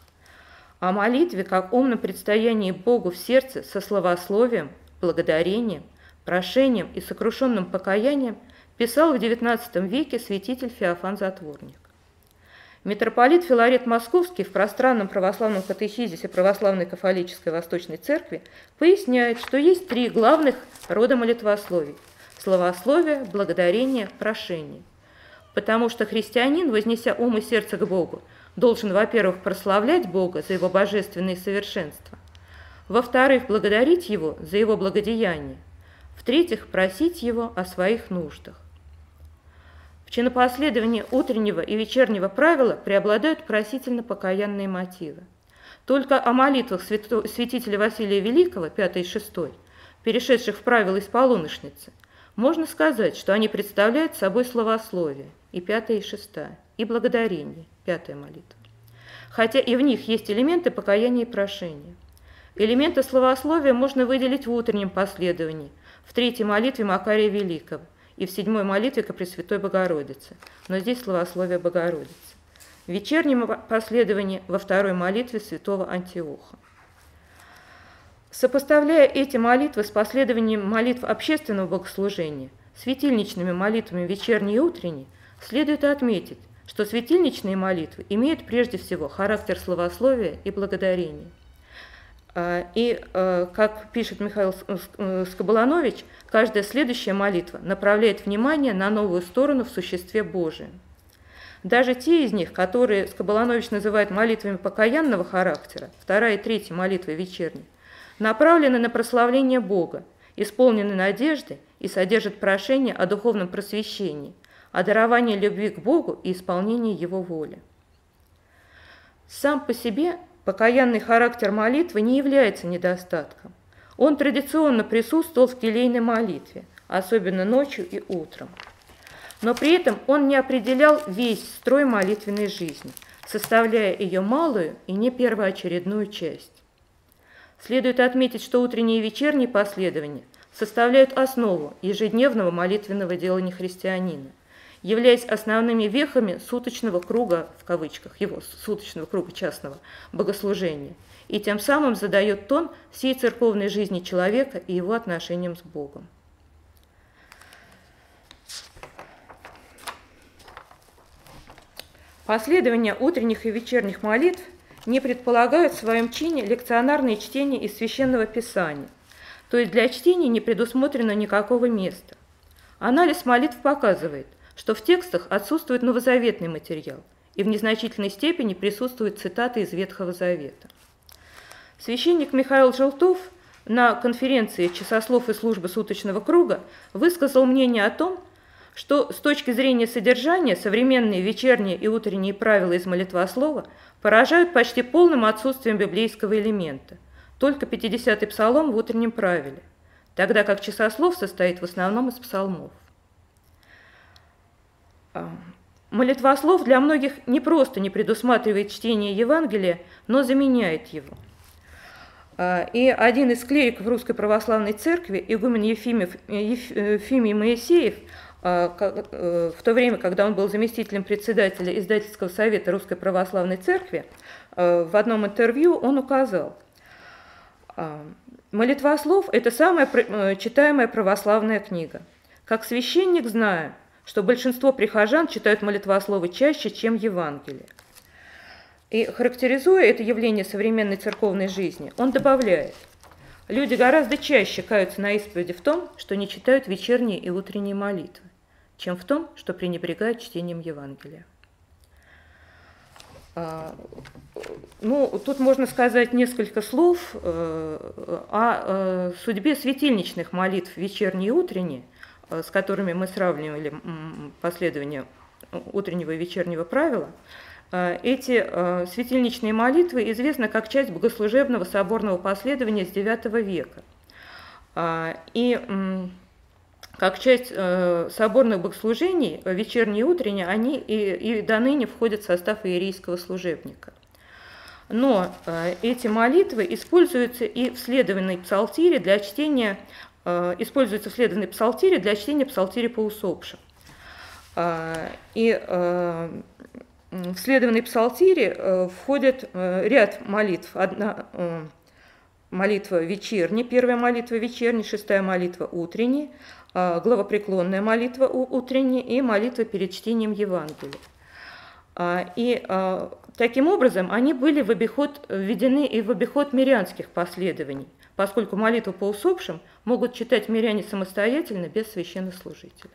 О молитве как умном предстоянии Богу в сердце со словословием, благодарением, прошением и сокрушенным покаянием писал в девятнадцатом веке святитель Феофан Затворник. Митрополит Филарет Московский в пространном православном катехизисе Православной кафолической Восточной Церкви поясняет, что есть три главных рода молитвословий – словословие, благодарение, прошение. Потому что христианин, вознеся ум и сердце к Богу, должен, во-первых, прославлять Бога за Его божественные совершенства, во-вторых, благодарить Его за Его благодеяние, в-третьих, просить Его о своих нуждах. В чинопоследовании утреннего и вечернего правила преобладают просительно-покаянные мотивы. Только о молитвах свято... святителя Василия Великого, пятый и шестой, перешедших в правила из полуношницы, можно сказать, что они представляют собой словословие, и пятая и шестая, и благодарение, пятая молитва. Хотя и в них есть элементы покаяния и прошения. Элементы словословия можно выделить в утреннем последовании, в третьей молитве Макария Великого, и в седьмой молитве ко Пресвятой Богородице, но здесь словословие Богородицы. В вечернем последовании во второй молитве святого Антиоха. Сопоставляя эти молитвы с последованием молитв общественного богослужения, светильничными молитвами вечерней и утренней, следует отметить, что светильничные молитвы имеют прежде всего характер словословия и благодарения. И, как пишет Михаил Скоболанович, каждая следующая молитва направляет внимание на новую сторону в существе Божием. Даже те из них, которые Скоболанович называет молитвами покаянного характера, вторая и третья молитвы вечерней, направлены на прославление Бога, исполнены надежды и содержат прошение о духовном просвещении, о даровании любви к Богу и исполнении Его воли. Сам по себе покаянный характер молитвы не является недостатком. Он традиционно присутствовал в келейной молитве, особенно ночью и утром. Но при этом он не определял весь строй молитвенной жизни, составляя ее малую и не первоочередную часть. Следует отметить, что утренние и вечерние последования составляют основу ежедневного молитвенного делания христианина, являясь основными вехами суточного круга, в кавычках, его суточного круга частного богослужения, и тем самым задает тон всей церковной жизни человека и его отношениям с Богом. Последование утренних и вечерних молитв не предполагают в своем чине лекционарные чтения из Священного Писания, то есть для чтения не предусмотрено никакого места. Анализ молитв показывает, что в текстах отсутствует новозаветный материал, и в незначительной степени присутствуют цитаты из Ветхого Завета. Священник Михаил Желтов на конференции «Часослов и службы суточного круга» высказал мнение о том, что с точки зрения содержания современные вечерние и утренние правила из молитвослова поражают почти полным отсутствием библейского элемента, только пятидесятый псалом в утреннем правиле, тогда как часослов состоит в основном из псалмов. Молитвослов для многих не просто не предусматривает чтение Евангелия, но заменяет его. И один из клириков Русской Православной Церкви, игумен Ефимов, Ефимий Моисеев, в то время, когда он был заместителем председателя издательского совета Русской Православной Церкви, в одном интервью он указал: «Молитвослов – это самая читаемая православная книга. Как священник знаю, что большинство прихожан читают молитвословы чаще, чем Евангелие». И характеризуя это явление современной церковной жизни, он добавляет: люди гораздо чаще каются на исповеди в том, что не читают вечерние и утренние молитвы, чем в том, что пренебрегают чтением Евангелия. Ну, тут можно сказать несколько слов о судьбе светильничных молитв вечерние и утренние, с которыми мы сравнивали последование утреннего и вечернего правила. Эти светильничные молитвы известны как часть богослужебного соборного последования с девятого века. И как часть соборных богослужений, вечерние и утренние, они и, и до ныне входят в состав иерейского служебника. Но эти молитвы используются и в следованной псалтире для чтения, используются в следованной псалтире для чтения псалтири по усопшим. И в следованной псалтире входит ряд молитв. Одна молитва вечерняя, первая молитва вечерняя, шестая молитва утренняя, главопреклонная молитва утренняя и молитва перед чтением Евангелия. И таким образом они были в обиход, введены и в обиход мирянских последований, поскольку молитву по усопшим могут читать миряне самостоятельно, без священнослужителя.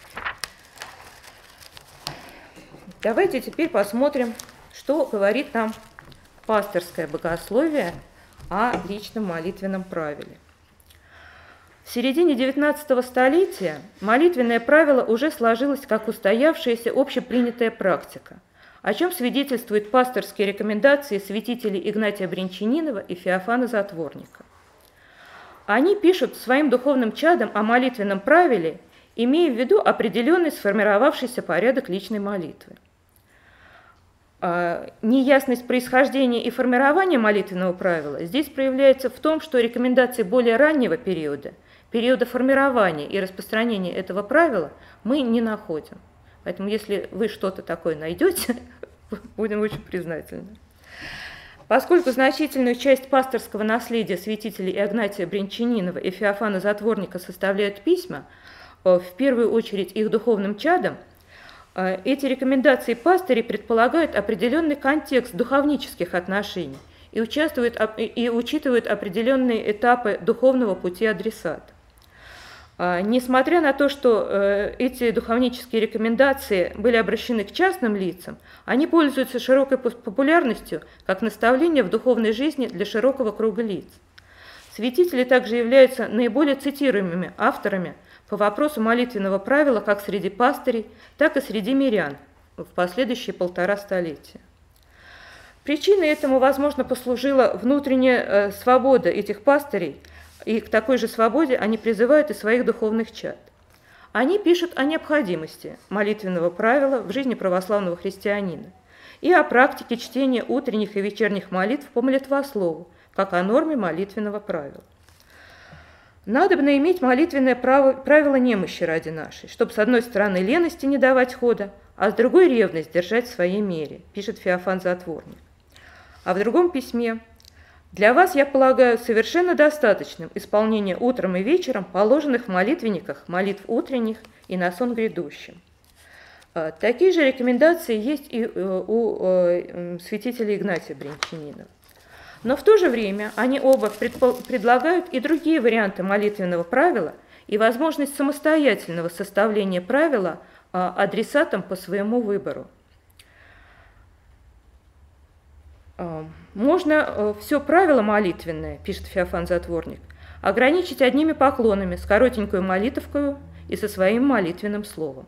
Давайте теперь посмотрим, что говорит нам пасторское богословие о личном молитвенном правиле. В середине девятнадцатого столетия молитвенное правило уже сложилось как устоявшаяся общепринятая практика, о чем свидетельствуют пасторские рекомендации святителей Игнатия Брянчанинова и Феофана Затворника. Они пишут своим духовным чадам о молитвенном правиле, имея в виду определенный сформировавшийся порядок личной молитвы. Неясность происхождения и формирования молитвенного правила здесь проявляется в том, что рекомендации более раннего периода, периода формирования и распространения этого правила, мы не находим. Поэтому, если вы что-то такое найдете, будем очень признательны. Поскольку значительную часть пасторского наследия святителей Игнатия Брянчанинова и Феофана Затворника составляют письма, в первую очередь их духовным чадам, эти рекомендации пастырей предполагают определенный контекст духовнических отношений и, участвуют, и учитывают определенные этапы духовного пути адресата. Несмотря на то, что эти духовнические рекомендации были обращены к частным лицам, они пользуются широкой популярностью как наставление в духовной жизни для широкого круга лиц. Святители также являются наиболее цитируемыми авторами по вопросу молитвенного правила как среди пастырей, так и среди мирян в последующие полтора столетия. Причиной этому, возможно, послужила внутренняя свобода этих пастырей, и к такой же свободе они призывают и своих духовных чад. Они пишут о необходимости молитвенного правила в жизни православного христианина и о практике чтения утренних и вечерних молитв по молитвослову, как о норме молитвенного правила. Надобно иметь молитвенное право, правило немощи ради нашей, чтобы с одной стороны лености не давать хода, а с другой ревность держать в своей мере, пишет Феофан Затворник. А в другом письме: «Для вас, я полагаю, совершенно достаточным исполнение утром и вечером положенных в молитвенниках молитв утренних и на сон грядущим. Такие же рекомендации есть и у святителя Игнатия Брянчанинова. Но в то же время они оба предлагают и другие варианты молитвенного правила и возможность самостоятельного составления правила адресатам по своему выбору. Можно все правило молитвенное, пишет Феофан Затворник, ограничить одними поклонами с коротенькой молитовкой и со своим молитвенным словом.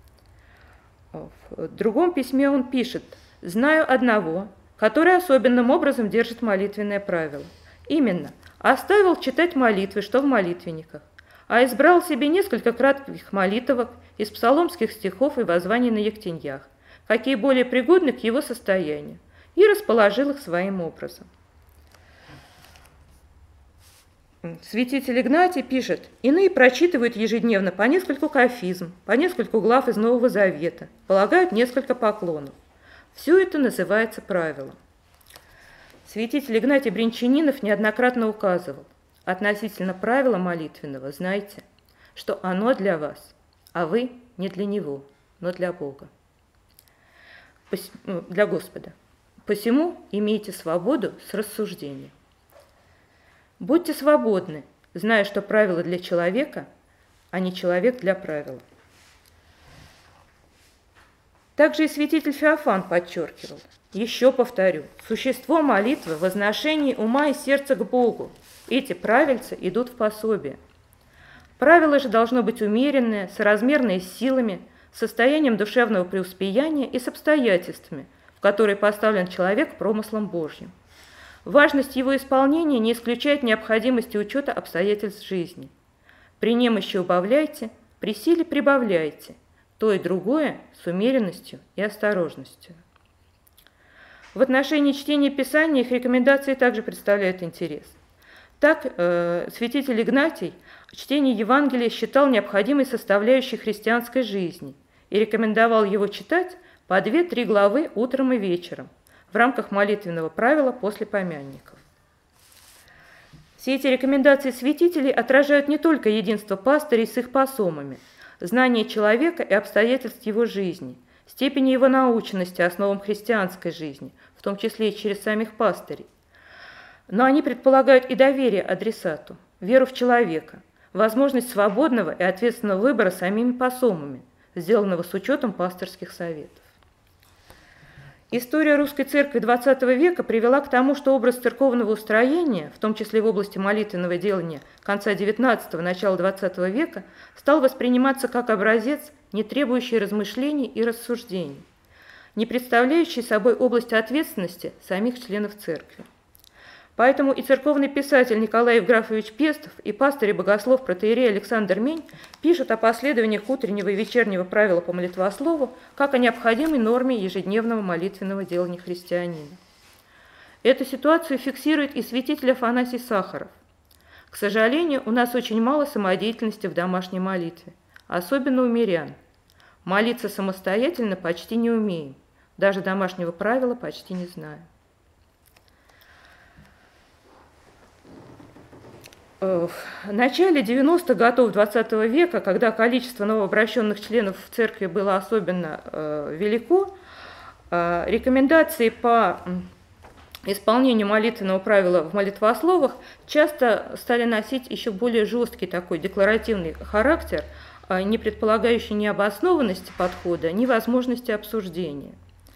В другом письме он пишет: «Знаю одного, который особенным образом держит молитвенное правило. Именно, оставил читать молитвы, что в молитвенниках, а избрал себе несколько кратких молитвок из псаломских стихов и воззваний на ектеньях, какие более пригодны к его состоянию, и расположил их своим образом». Святитель Игнатий пишет: «Иные прочитывают ежедневно по нескольку кафизм, по нескольку глав из Нового Завета, полагают несколько поклонов. Все это называется правилом». Святитель Игнатий Брянчанинов неоднократно указывал: относительно правила молитвенного знайте, что оно для вас, а вы не для него, но для Бога, для Господа. Посему имейте свободу с рассуждением. Будьте свободны, зная, что правило для человека, а не человек для правила. Также и святитель Феофан подчеркивал: еще повторю, существо молитвы в возношении ума и сердца к Богу. Эти правильцы идут в пособие. Правило же должно быть умеренное, соразмерное с силами, с состоянием душевного преуспеяния и с обстоятельствами, в которые поставлен человек промыслом Божьим. Важность его исполнения не исключает необходимости учета обстоятельств жизни. При немощи убавляйте, при силе прибавляйте, то и другое с умеренностью и осторожностью. В отношении чтения Писания их рекомендации также представляют интерес. Так, э, святитель Игнатий чтение Евангелия считал необходимой составляющей христианской жизни и рекомендовал его читать по две-три главы утром и вечером в рамках молитвенного правила после помянников. Все эти рекомендации святителей отражают не только единство пастырей с их посомами, знание человека и обстоятельств его жизни, степени его наученности основам христианской жизни, в том числе и через самих пастырей. Но они предполагают и доверие адресату, веру в человека, возможность свободного и ответственного выбора самими посомами, сделанного с учетом пастырских советов. История русской церкви двадцатого века привела к тому, что образ церковного устроения, в том числе в области молитвенного делания конца девятнадцатого – начала двадцатого века, стал восприниматься как образец, не требующий размышлений и рассуждений, не представляющий собой область ответственности самих членов церкви. Поэтому и церковный писатель Николай Евграфович Пестов, и пастырь и богослов протоиерей Александр Мень пишут о последованиях утреннего и вечернего правила по молитвослову как о необходимой норме ежедневного молитвенного делания христианина. Эту ситуацию фиксирует и святитель Афанасий Сахаров. К сожалению, у нас очень мало самодеятельности в домашней молитве, особенно у мирян. Молиться самостоятельно почти не умеем, даже домашнего правила почти не знаем. В начале девяностых годов двадцатого века, когда количество новообращенных членов в церкви было особенно э, велико, э, рекомендации по исполнению молитвенного правила в молитвословах часто стали носить еще более жесткий такой декларативный характер, э, не предполагающий ни обоснованности подхода, ни возможности обсуждения.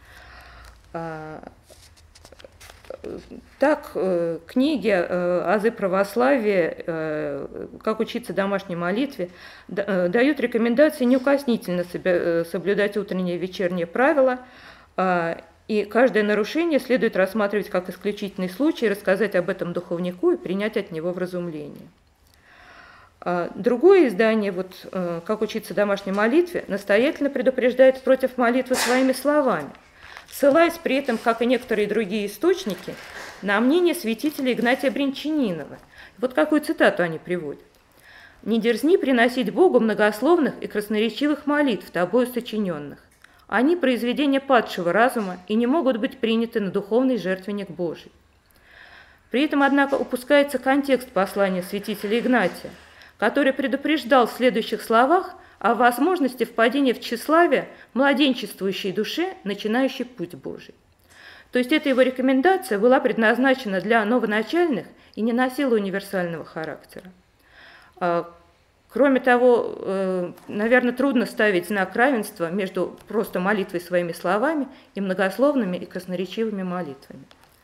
Так, книги «Азы православия», «Как учиться домашней молитве» дают рекомендации неукоснительно соблюдать утренние и вечерние правила, и каждое нарушение следует рассматривать как исключительный случай, рассказать об этом духовнику и принять от него вразумление. Другое издание, вот, «Как учиться домашней молитве», настоятельно предупреждает против молитвы своими словами, ссылаясь при этом, как и некоторые другие источники, на мнение святителя Игнатия Брянчанинова. Вот какую цитату они приводят. «Не дерзни приносить Богу многословных и красноречивых молитв, тобою сочиненных. Они произведения падшего разума и не могут быть приняты на духовный жертвенник Божий». При этом, однако, упускается контекст послания святителя Игнатия, который предупреждал в следующих словах о возможности впадения в тщеславие младенчествующей душе, начинающей путь Божий. То есть эта его рекомендация была предназначена для новоначальных и не носила универсального характера. Кроме того, наверное, трудно ставить знак равенства между просто молитвой своими словами и многословными и красноречивыми молитвами.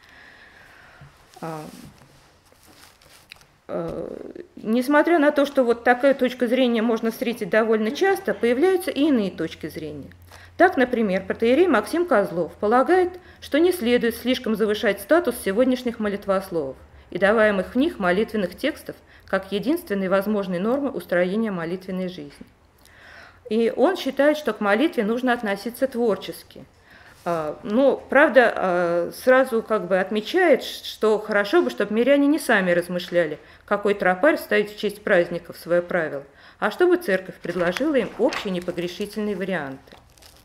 Несмотря на то, что вот такая точка зрения можно встретить довольно часто, появляются и иные точки зрения. Так, например, протоиерей Максим Козлов полагает, что не следует слишком завышать статус сегодняшних молитвословов и даваемых в них молитвенных текстов как единственной возможной нормы устроения молитвенной жизни. И он считает, что к молитве нужно относиться творчески. Но, правда, сразу как бы отмечает, что хорошо бы, чтобы миряне не сами размышляли, какой тропарь вставить в честь праздников в свое правило, а чтобы церковь предложила им общие непогрешительные варианты.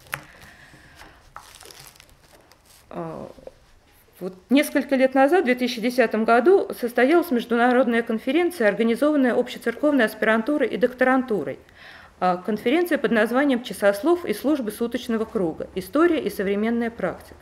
Вот несколько лет назад, в две тысячи десятом году, состоялась международная конференция, организованная общецерковной аспирантурой и докторантурой. Конференция под названием «Часослов и службы суточного круга. История и современная практика».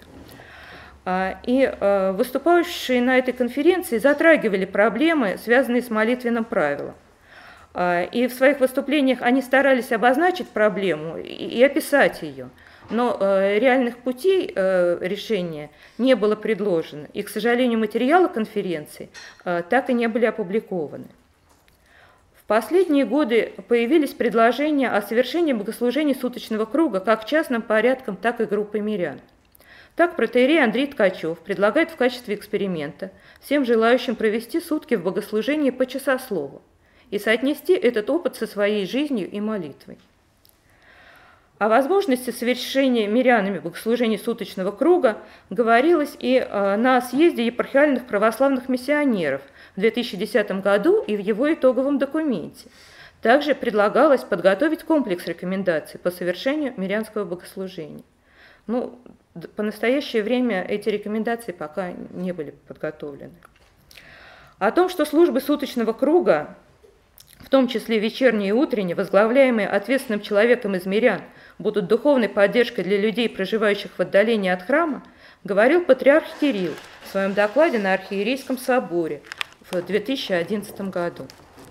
И выступающие на этой конференции затрагивали проблемы, связанные с молитвенным правилом. И в своих выступлениях они старались обозначить проблему и описать ее. Но э, реальных путей э, решения не было предложено, и, к сожалению, материалы конференции э, так и не были опубликованы. В последние годы появились предложения о совершении богослужений суточного круга как частным порядком, так и группой мирян. Так протоиерей Андрей Ткачев предлагает в качестве эксперимента всем желающим провести сутки в богослужении по часослову и соотнести этот опыт со своей жизнью и молитвой. О возможности совершения мирянами богослужений суточного круга говорилось и на съезде епархиальных православных миссионеров в две тысячи десятом году и в его итоговом документе. Также предлагалось подготовить комплекс рекомендаций по совершению мирянского богослужения. Ну, по настоящее время эти рекомендации пока не были подготовлены. О том, что службы суточного круга, в том числе вечерние и утренние, возглавляемые ответственным человеком из мирян, будут духовной поддержкой для людей, проживающих в отдалении от храма, говорил патриарх Кирилл в своем докладе на Архиерейском соборе в две тысячи одиннадцатом году.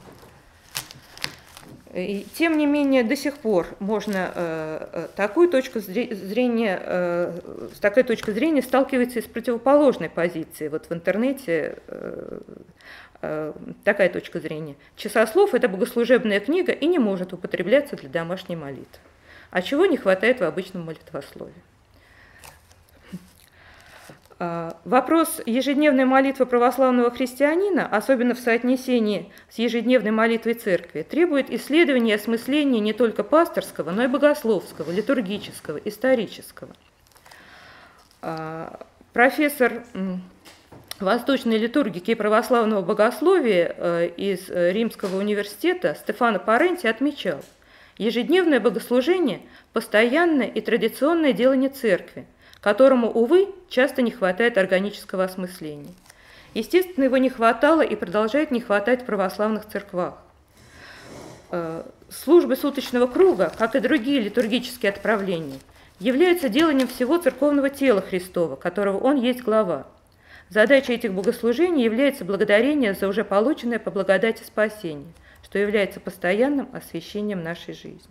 И, тем не менее, до сих пор можно э, такую точку зрения, э, с такой точкой зрения сталкиваться и с противоположной позицией. Вот в интернете э, э, такая точка зрения. Часослов – это богослужебная книга и не может употребляться для домашней молитвы. А чего не хватает в обычном молитвословии? Вопрос ежедневной молитвы православного христианина, особенно в соотнесении с ежедневной молитвой церкви, требует исследования и осмысления не только пасторского, но и богословского, литургического, исторического. Профессор восточной литургики и православного богословия из Римского университета Стефано Паренти отмечал: ежедневное богослужение – постоянное и традиционное делание церкви, которому, увы, часто не хватает органического осмысления. Естественно, его не хватало и продолжает не хватать в православных церквах. Службы суточного круга, как и другие литургические отправления, являются деланием всего церковного тела Христова, которого Он есть глава. Задачей этих богослужений является благодарение за уже полученное по благодати спасение, что является постоянным освящением нашей жизни.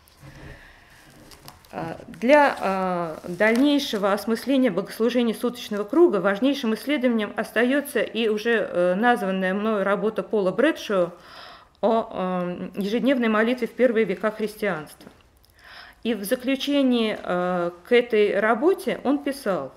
Для дальнейшего осмысления богослужения суточного круга важнейшим исследованием остается и уже названная мною работа Пола Брэдшоу о ежедневной молитве в первые века христианства. И в заключении к этой работе он писал: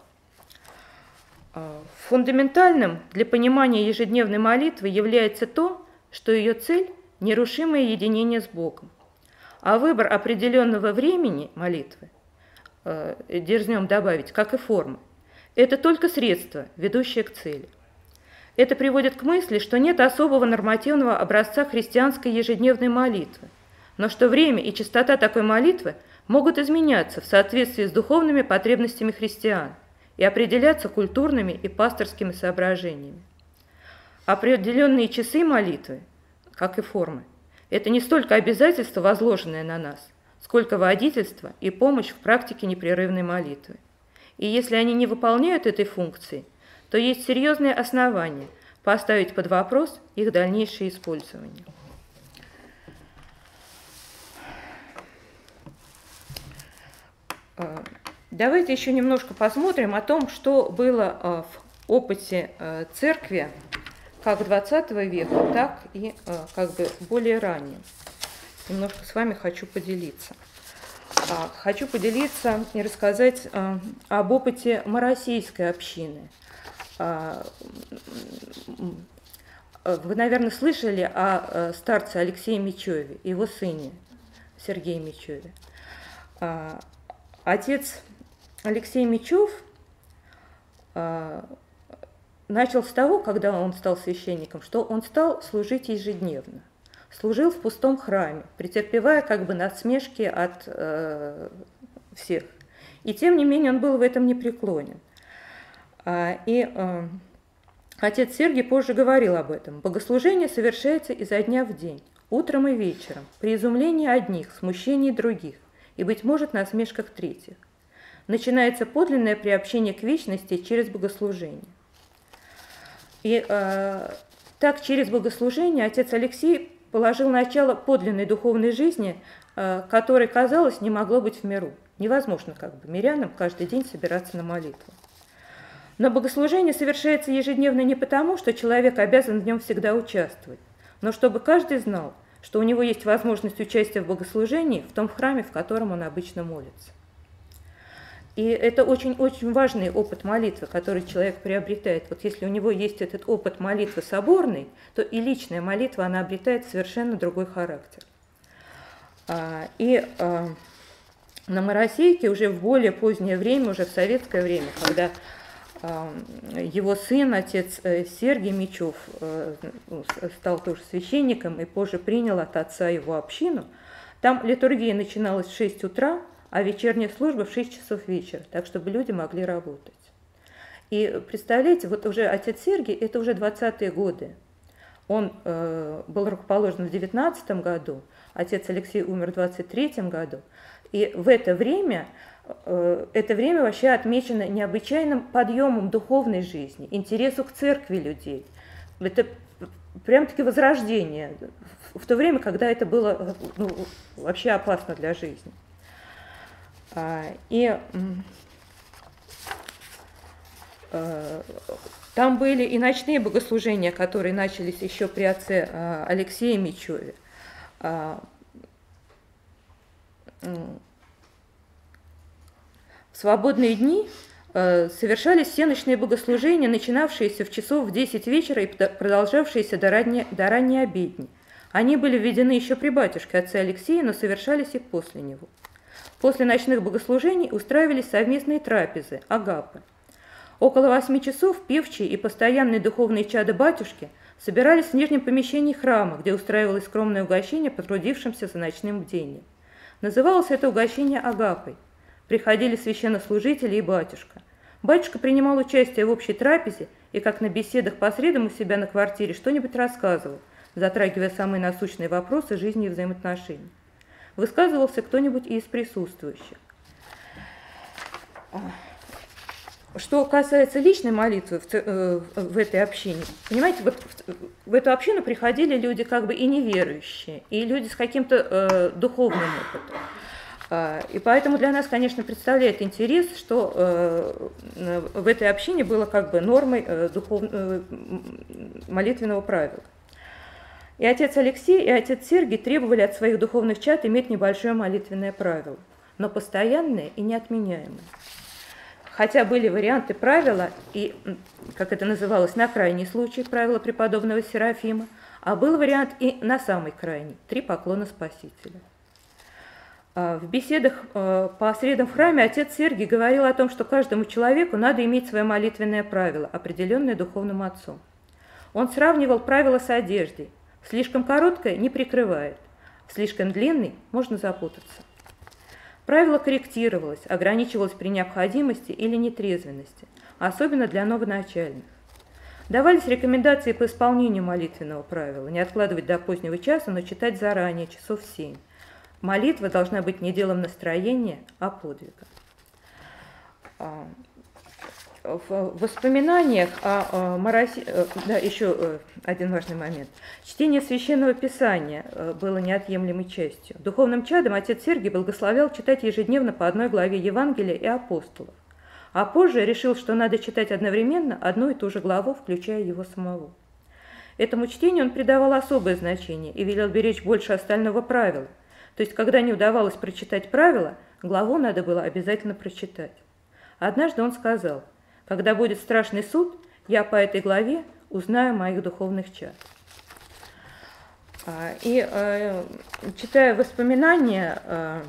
фундаментальным для понимания ежедневной молитвы является то, что ее цель – нерушимое единение с Богом. А выбор определенного времени молитвы, э, дерзнем добавить, как и формы, это только средство, ведущее к цели. Это приводит к мысли, что нет особого нормативного образца христианской ежедневной молитвы, но что время и частота такой молитвы могут изменяться в соответствии с духовными потребностями христиан и определяться культурными и пасторскими соображениями. Определенные часы молитвы, как и формы, Это не столько обязательство, возложенное на нас, сколько водительство и помощь в практике непрерывной молитвы. И если они не выполняют этой функции, то есть серьезные основания поставить под вопрос их дальнейшее использование. Давайте еще немножко посмотрим о том, что было в опыте церкви как двадцатого века, так и как бы более ранее. Немножко с вами хочу поделиться. Хочу поделиться и рассказать об опыте Мароссийской общины. Вы, наверное, слышали о старце Алексее Мечеве, его сыне Сергее Мечеве. Отец Алексей Мечев начал с того, когда он стал священником, что он стал служить ежедневно. Служил в пустом храме, претерпевая как бы насмешки от э, всех. И тем не менее он был в этом непреклонен. А, и э, отец Сергий позже говорил об этом. Богослужение совершается изо дня в день, утром и вечером, при изумлении одних, смущении других и, быть может, насмешках третьих. Начинается подлинное приобщение к вечности через богослужение. И э, так через богослужение отец Алексей положил начало подлинной духовной жизни, которой, казалось, не могло быть в миру. Невозможно как бы мирянам каждый день собираться на молитву. Но богослужение совершается ежедневно не потому, что человек обязан в нем всегда участвовать, но чтобы каждый знал, что у него есть возможность участия в богослужении в том храме, в котором он обычно молится. И это очень-очень важный опыт молитвы, который человек приобретает. Вот если у него есть этот опыт молитвы соборной, то и личная молитва, она обретает совершенно другой характер. И на Мароссейке уже в более позднее время, уже в советское время, когда его сын, отец Сергий Мечев, стал тоже священником и позже принял от отца его общину, там литургия начиналась в шесть утра, а вечерняя служба в шесть часов вечера, так, чтобы люди могли работать. И представляете, вот уже отец Сергий, это уже двадцатые годы. Он э, был рукоположен в девятнадцатом году, отец Алексей умер в двадцать третьем году. И в это время, э, это время вообще отмечено необычайным подъемом духовной жизни, интересу к церкви людей. Это прям-таки возрождение, в, в то время, когда это было ну, вообще опасно для жизни. И э, там были и ночные богослужения, которые начались еще при отце э, Алексее Мечеве. Э, э, в свободные дни э, совершались все ночные богослужения, начинавшиеся в часов в десять вечера и продолжавшиеся до ранней, до ранней обедни. Они были введены еще при батюшке отце Алексея, но совершались и после него. После ночных богослужений устраивались совместные трапезы, агапы. Около восьми часов певчие и постоянные духовные чады батюшки собирались в нижнем помещении храма, где устраивалось скромное угощение потрудившимся за ночным бдением. Называлось это угощение агапой. Приходили священнослужители и батюшка. Батюшка принимал участие в общей трапезе и, как на беседах по средам у себя на квартире, что-нибудь рассказывал, затрагивая самые насущные вопросы жизни и взаимоотношений. Высказывался кто-нибудь из присутствующих. Что касается личной молитвы в, в этой общине, понимаете, вот в, в эту общину приходили люди как бы и неверующие, и люди с каким-то э, духовным опытом. Э, и поэтому для нас, конечно, представляет интерес, что э, в этой общине было как бы нормой э, духов, э, молитвенного правила. И отец Алексей, и отец Сергий требовали от своих духовных чад иметь небольшое молитвенное правило, но постоянное и неотменяемое. Хотя были варианты правила, и, как это называлось, на крайний случай правила преподобного Серафима, а был вариант и на самый крайний – три поклона Спасителя. В беседах по средам в храме отец Сергий говорил о том, что каждому человеку надо иметь свое молитвенное правило, определенное духовным отцом. Он сравнивал правила с одеждой. Слишком короткое не прикрывает, слишком длинный можно запутаться. Правило корректировалось, ограничивалось при необходимости или нетрезвенности, особенно для новоначальных. Давались рекомендации по исполнению молитвенного правила, не откладывать до позднего часа, но читать заранее, часов семь. Молитва должна быть не делом настроения, а подвигом. В воспоминаниях о Мороси... Да, еще один важный момент. Чтение Священного Писания было неотъемлемой частью. Духовным чадом отец Сергий благословлял читать ежедневно по одной главе Евангелия и апостолов. А позже решил, что надо читать одновременно одну и ту же главу, включая его самого. Этому чтению он придавал особое значение и велел беречь больше остального правила. То есть, когда не удавалось прочитать правила, главу надо было обязательно прочитать. Однажды он сказал: «Когда будет страшный суд, я по этой главе узнаю моих духовных чад». И читая воспоминания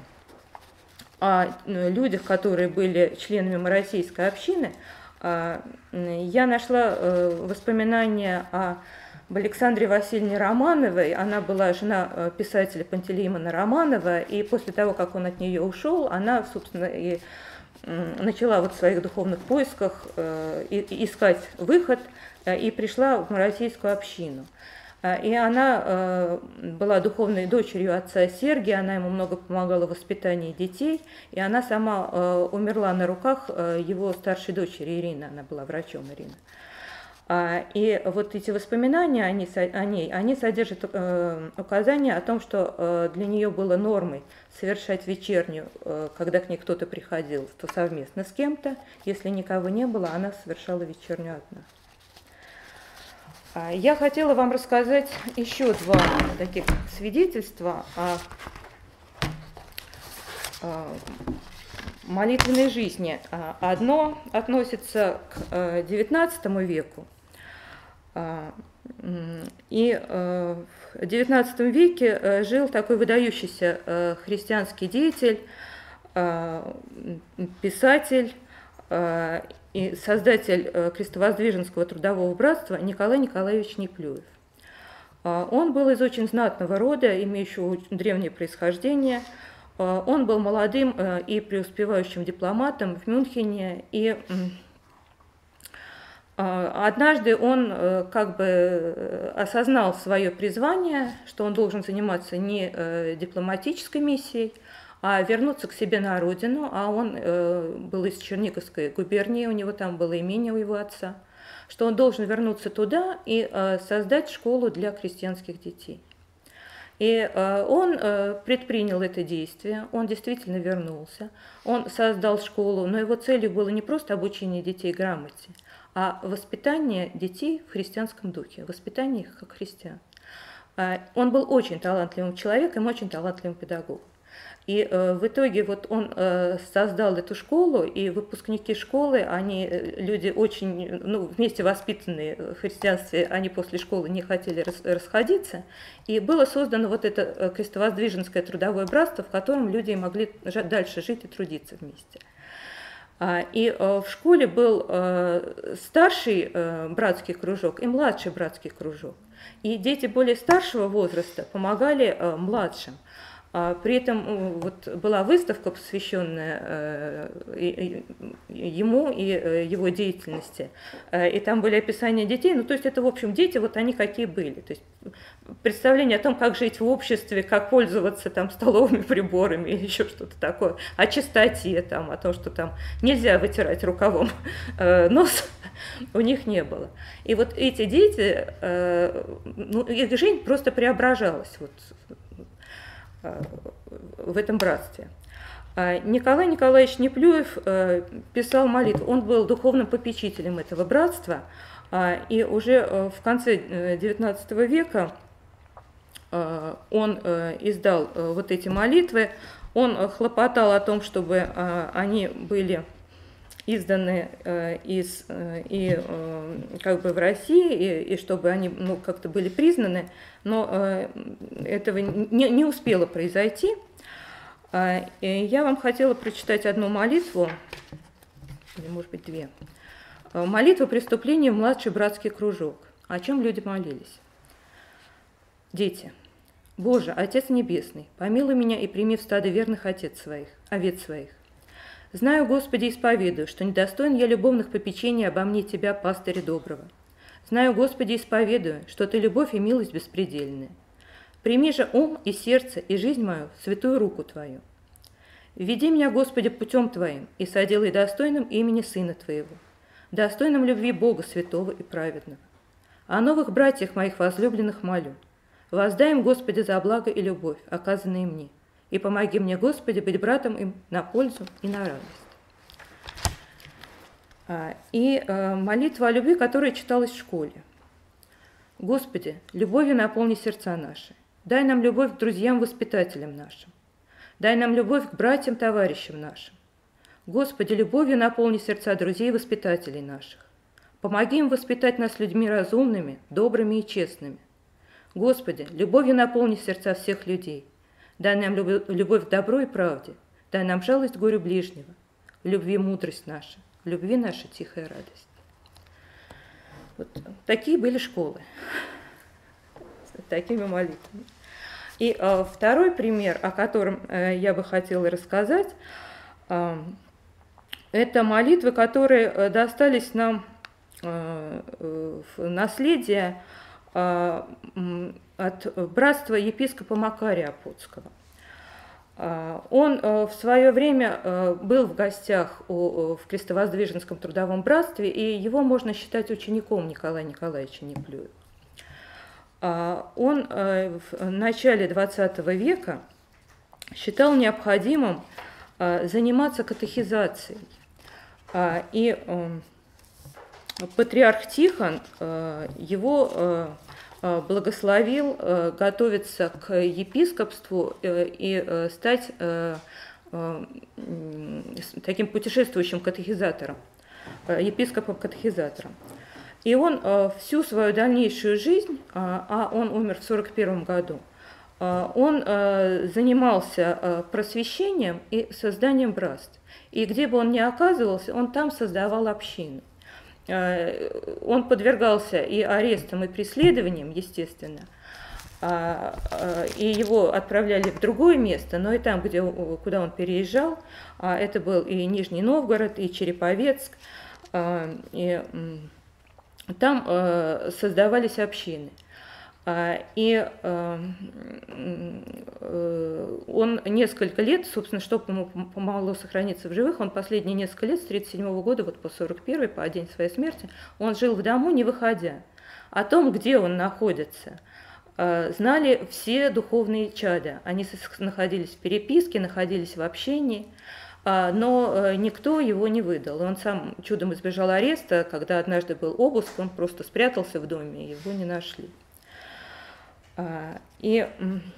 о людях, которые были членами Мароссийской общины, я нашла воспоминания о Александре Васильевне Романовой. Она была жена писателя Пантелеимона Романова, и после того, как он от нее ушел, она, собственно, и начала вот в своих духовных поисках искать выход и пришла в Мароссийскую общину. И она была духовной дочерью отца Сергия, она ему много помогала в воспитании детей, и она сама умерла на руках его старшей дочери Ирины, она была врачом, Ирина. И вот эти воспоминания о ней, они содержат указания о том, что для нее было нормой совершать вечернюю, когда к ней кто-то приходил, то совместно с кем-то, если никого не было, она совершала вечернюю одна. Я хотела вам рассказать еще два таких свидетельства о, о молитвенной жизни. Одно относится к девятнадцатому веку. И в девятнадцатом веке жил такой выдающийся христианский деятель, писатель и создатель Крестовоздвиженского трудового братства Николай Николаевич Неплюев. Он был из очень знатного рода, имеющего древнее происхождение. Он был молодым и преуспевающим дипломатом в Мюнхене, и однажды он как бы осознал свое призвание, что он должен заниматься не дипломатической миссией, а вернуться к себе на родину, а он э, был из Черниговской губернии, у него там было имение у его отца, что он должен вернуться туда и э, создать школу для крестьянских детей. И э, он э, предпринял это действие, он действительно вернулся, он создал школу, но его целью было не просто обучение детей грамоте, а воспитание детей в христианском духе, воспитание их как христиан. Э, он был очень талантливым человеком, очень талантливым педагогом. И э, в итоге вот он э, создал эту школу, и выпускники школы, они люди очень, ну, вместе воспитанные в христианстве, они после школы не хотели рас, расходиться, и было создано вот это Крестовоздвиженское трудовое братство, в котором люди могли дальше жить и трудиться вместе. И э, в школе был э, старший э, братский кружок и младший братский кружок, и дети более старшего возраста помогали э, младшим. При этом вот была выставка, посвященная ему и его деятельности, и там были описания детей, ну то есть это в общем дети, вот они какие были, то есть представление о том, как жить в обществе, как пользоваться там столовыми приборами или еще что-то такое, о чистоте, там, о том, что там нельзя вытирать рукавом нос, у них не было. И вот эти дети, ну, их жизнь просто преображалась вот в этом братстве. Николай Николаевич Неплюев писал молитву, он был духовным попечителем этого братства, и уже в конце девятнадцатого века он издал вот эти молитвы, он хлопотал о том, чтобы они были изданы из, и как бы в России, и, и чтобы они ну, как-то были признаны, но этого не, не успело произойти. И я вам хотела прочитать одну молитву, или, может быть, две. Молитва преступления в младший братский кружок. О чем люди молились? Дети. Боже, Отец Небесный, помилуй меня и прими в стадо верных отец своих, овец своих. Знаю, Господи, исповедую, что недостоин я любовных попечений обо мне Тебя, пастыря доброго. Знаю, Господи, исповедую, что Ты любовь и милость беспредельная. Прими же ум и сердце и жизнь мою в святую руку Твою. Веди меня, Господи, путем Твоим и соделай достойным имени Сына Твоего, достойным любви Бога святого и праведного. О новых братьях моих возлюбленных молю. Воздай им, Господи, за благо и любовь, оказанные мне, и помоги мне, Господи, быть братом им на пользу и на радость. И молитва о любви, которая читалась в школе. Господи, любовью наполни сердца наши. Дай нам любовь к друзьям-воспитателям нашим. Дай нам любовь к братьям-товарищам нашим. Господи, любовью наполни сердца друзей-воспитателей наших. Помоги им воспитать нас людьми разумными, добрыми и честными. Господи, любовью наполни сердца всех людей. Дай нам любовь к добру и правде. Дай нам жалость к горю ближнего. В любви мудрость наша, в любви наша тихая радость. Вот такие были школы с такими молитвами. И э, второй пример, о котором э, я бы хотела рассказать, э, это молитвы, которые э, достались нам э, в наследие э, от братства епископа Макария Апотского. Э, он э, в свое время э, был в гостях у, в Крестовоздвиженском трудовом братстве, и его можно считать учеником Николая Николаевича Неплюева. Он в начале двадцатого века считал необходимым заниматься катехизацией. И патриарх Тихон его благословил готовиться к епископству и стать таким путешествующим катехизатором, епископом-катехизатором. И он э, всю свою дальнейшую жизнь, а, а он умер в сорок первом году, э, он э, занимался э, просвещением и созданием братств. И где бы он ни оказывался, он там создавал общину. Э, он подвергался и арестам, и преследованиям, естественно, э, э, и его отправляли в другое место, но и там, где, куда он переезжал, э, это был и Нижний Новгород, и Череповецк, э, и... Там э, создавались общины. А, и э, э, он несколько лет, собственно, чтобы ему помогло сохраниться в живых, он последние несколько лет, с тридцать седьмого года, вот по сорок первый, по день своей смерти, он жил в дому, не выходя. О том, где он находится, э, знали все духовные чада. Они находились в переписке, находились в общении. Но никто его не выдал. Он сам чудом избежал ареста, когда однажды был обыск, он просто спрятался в доме, и его не нашли. И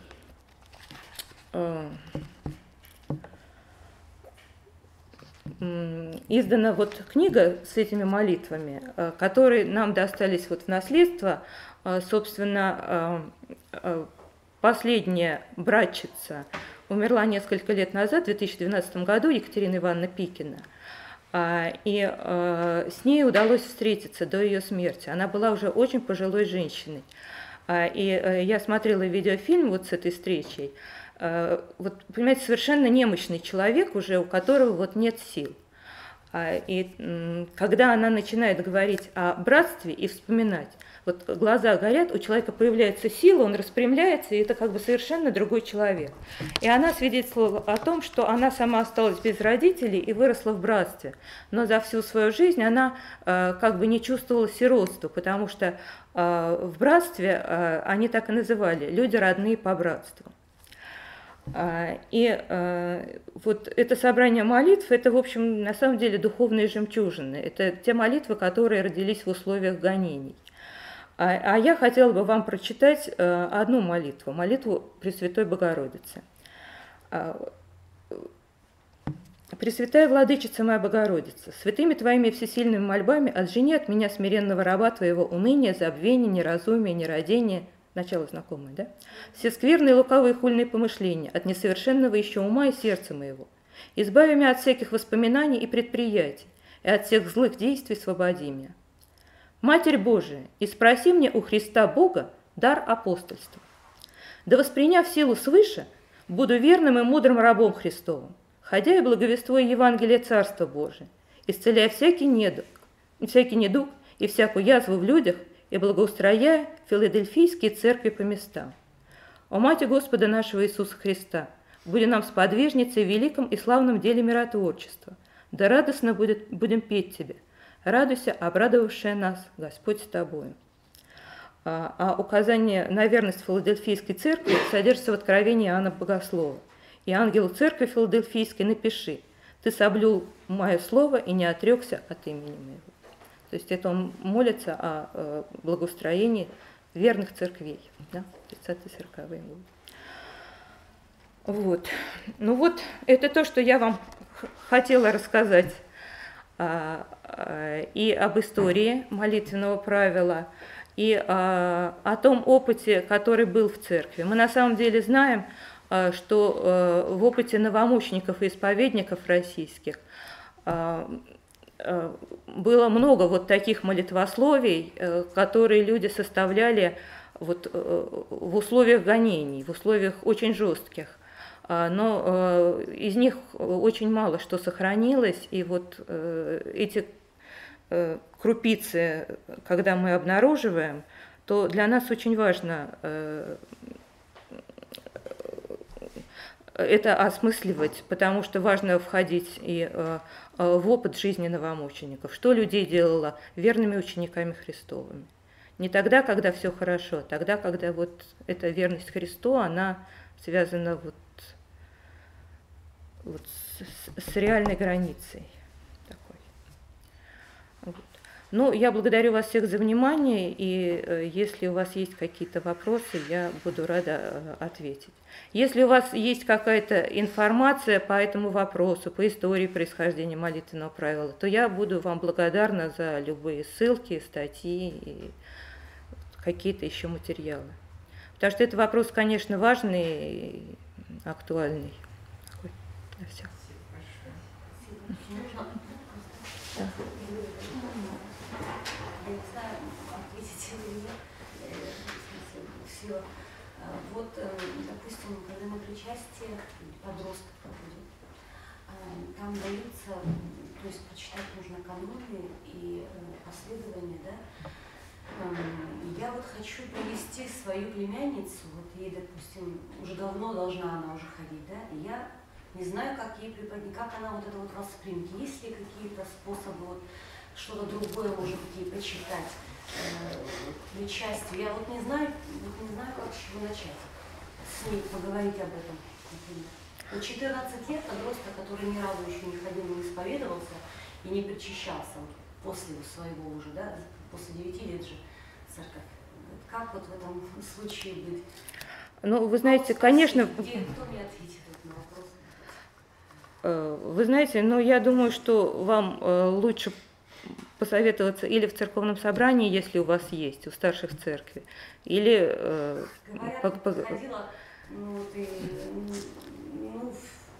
издана вот книга с этими молитвами, которые нам достались вот в наследство. Собственно, последняя братчица умерла несколько лет назад, в две тысячи двенадцатом году, Екатерина Ивановна Пикина. И с ней удалось встретиться до ее смерти. Она была уже очень пожилой женщиной. И я смотрела видеофильм вот с этой встречей. Вот, понимаете, совершенно немощный человек уже, у которого вот нет сил. И когда она начинает говорить о братстве и вспоминать, вот глаза горят, у человека появляется сила, он распрямляется, и это как бы совершенно другой человек. И она свидетельствовала о том, что она сама осталась без родителей и выросла в братстве. Но за всю свою жизнь она э, как бы не чувствовала сиротства, потому что э, в братстве э, они так и называли – люди родные по братству. И э, вот это собрание молитв, это, в общем, на самом деле духовные жемчужины. Это те молитвы, которые родились в условиях гонений. А, а я хотела бы вам прочитать э, одну молитву, молитву Пресвятой Богородицы. «Пресвятая Владычица моя Богородица, святыми Твоими всесильными мольбами отжени от меня смиренного раба Твоего уныния, забвения, неразумия, нерадения». Начало знакомое, да? «Все скверные, лукавые, хульные помышления от несовершенного еще ума и сердца моего. Избави меня от всяких воспоминаний и предприятий, и от всех злых действий освободи меня. Матерь Божия, и спроси мне у Христа Бога дар апостольства. Да восприняв силу свыше, буду верным и мудрым рабом Христовым, ходя и благовествуя Евангелие Царства Божия, исцеляя всякий недуг, всякий недуг и всякую язву в людях, и благоустрояй филадельфийские церкви по местам. О Мати Господа нашего Иисуса Христа, буди нам сподвижницей в великом и славном деле миротворчества, да радостно будет, будем петь Тебе. Радуйся, обрадовавшая нас, Господь с Тобою. А, а указание на верность Филадельфийской церкви содержится в Откровении Иоанна Богослова. «И ангелу церкви Филадельфийской напиши, ты соблюл мое слово и не отрекся от имени моего». То есть это он молится о э, благоустроении верных церквей, да, тридцатые сороковые годы. Вот. Ну вот, это то, что я вам хотела рассказать а, а, и об истории молитвенного правила, и а, о том опыте, который был в церкви. Мы на самом деле знаем, а, что а, в опыте новомучеников и исповедников российских а, а, было много вот таких молитвословий, а, которые люди составляли вот, а, в условиях гонений, в условиях очень жестких. Но э, из них очень мало что сохранилось, и вот э, эти э, крупицы, когда мы обнаруживаем, то для нас очень важно э, это осмысливать, потому что важно входить и э, в опыт жизни новомучеников, что людей делало верными учениками Христовыми. Не тогда, когда все хорошо, тогда, когда вот эта верность Христу, она связана вот Вот с, с реальной границей такой. Вот. Ну, я благодарю вас всех за внимание, и э, если у вас есть какие-то вопросы, я буду рада э, ответить. Если у вас есть какая-то информация по этому вопросу, по истории происхождения молитвенного правила, то я буду вам благодарна за любые ссылки, статьи и какие-то еще материалы. Потому что это вопрос, конечно, важный и актуальный. Все. Да. Я не знаю, ответите или нет. Все. Вот, допустим, когда мы причастие подростков проходим, там даются, то есть почитать нужно каноны и последования, да. Я вот хочу привести свою племянницу, вот ей, допустим, уже давно должна она уже ходить, да, и я не знаю, как ей преподнести, как она вот это вот воспримет. Есть ли какие-то способы, вот, что-то другое, может быть, ей почитать, э, причастию. Я вот не знаю, вот не знаю, как с чего начать, с ней поговорить об этом, например. Вот четырнадцать лет подросток, который ни разу еще не ходил, не исповедовался и не причащался вот, после своего уже, да, после девяти лет же церковь. Как вот в этом случае быть? Ну, вы знаете, конечно... Где, кто мне ответит на вопрос? Вы знаете, ну, я думаю, что вам лучше посоветоваться или в церковном собрании, если у вас есть, у старших церкви, или... Говорят, по, по... ходила, ну, ты, ну,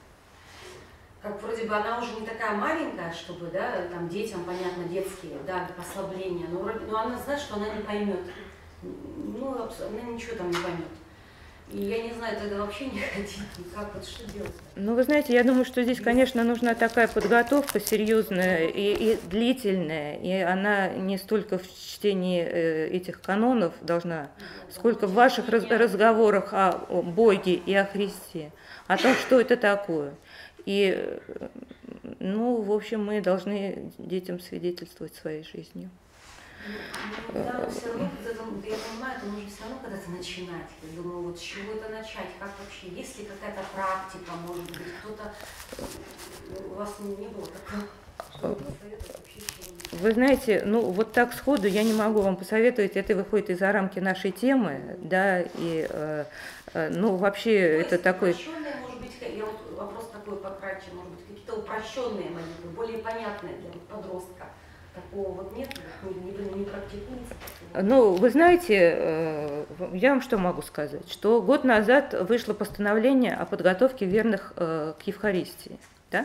как вроде бы она уже не такая маленькая, чтобы, да, там детям, понятно, детские, да, послабления, но, вроде, но она знает, что она не поймет, ну, она ничего там не поймет. И я не знаю, тогда вообще не хотите, как вот что делать? Ну, вы знаете, я думаю, что здесь, конечно, нужна такая подготовка серьезная и, и длительная, и она не столько в чтении этих канонов должна, сколько в ваших раз, разговорах о, о Боге и о Христе, о том, что это такое. И, ну, в общем, мы должны детям свидетельствовать своей жизнью. Ну, да, но все равно, я понимаю, это нужно все равно когда-то начинать. Я думаю, вот с чего это начать, как вообще, есть ли какая-то практика, может быть, кто-то, у вас не было такого? Вы знаете, ну вот так сходу я не могу вам посоветовать, это выходит из-за рамки нашей темы, да, и, э, э, ну, вообще ну, это такой... Может быть, я вот вопрос такой пократче, может быть, какие-то упрощенные молитвы, более понятные для подростка. Такого вот нет, не, не, не практикуется. Ну, вы знаете, я вам что могу сказать, что год назад вышло постановление о подготовке верных к Евхаристии, да?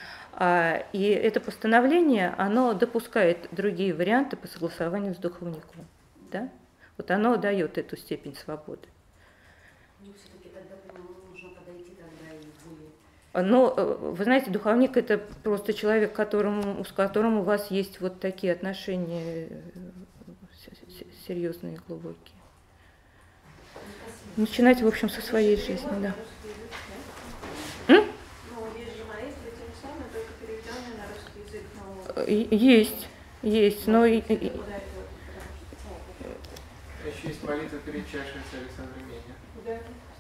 И это постановление, оно допускает другие варианты по согласованию с духовником, да? Вот оно дает эту степень свободы. Ну, все-таки тогда нужно подойти тогда и более... Но, вы знаете, духовник – это просто человек, которому, с которым у вас есть вот такие отношения серьезные и глубокие. Начинать, в общем, со своей жизни, да. М? Есть, есть, но... Еще есть молитва перед чашей Александра Меня.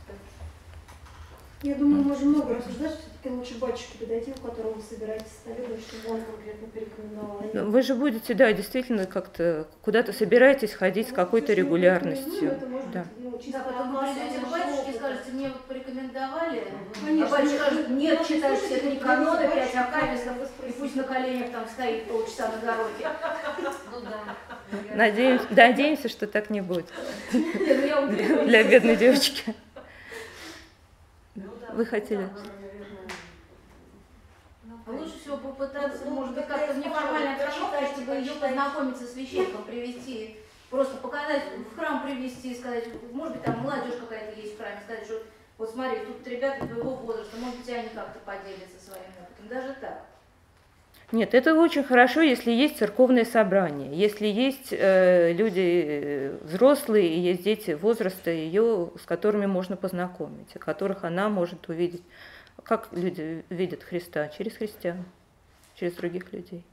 Я думаю, мы можем много рассуждать, что все-таки лучше батюшке подойти, у которого вы собираетесь столовой, чтобы он конкретно порекомендовал. Вы же будете, да, действительно как-то куда-то собираетесь ходить с какой-то регулярностью. Да. Да, потом вы придете к батюшке и скажете, мне вот порекомендовали, Конечно. а батюшка скажет, нет, читайте, это не каноны, пять акафистов, и пусть на коленях там стоит полчаса на дороге. Ну да. Надеемся, надеемся, что так не будет. Для бедной девочки. Вы хотели? Лучше всего попытаться, может быть, как-то в неформальной обстановке, чтобы ее познакомить со священником, привести, просто показать, в храм привести, сказать, может быть, там молодежь какая-то есть в храме, сказать, что вот смотри, тут ребята твоего возраста, может быть, они как-то поделятся своим опытом, даже так. Нет, это очень хорошо, если есть церковное собрание, если есть э, люди взрослые и есть дети возраста ее, с которыми можно познакомить, которых она может увидеть. Как люди видят Христа? Через христиан, через других людей.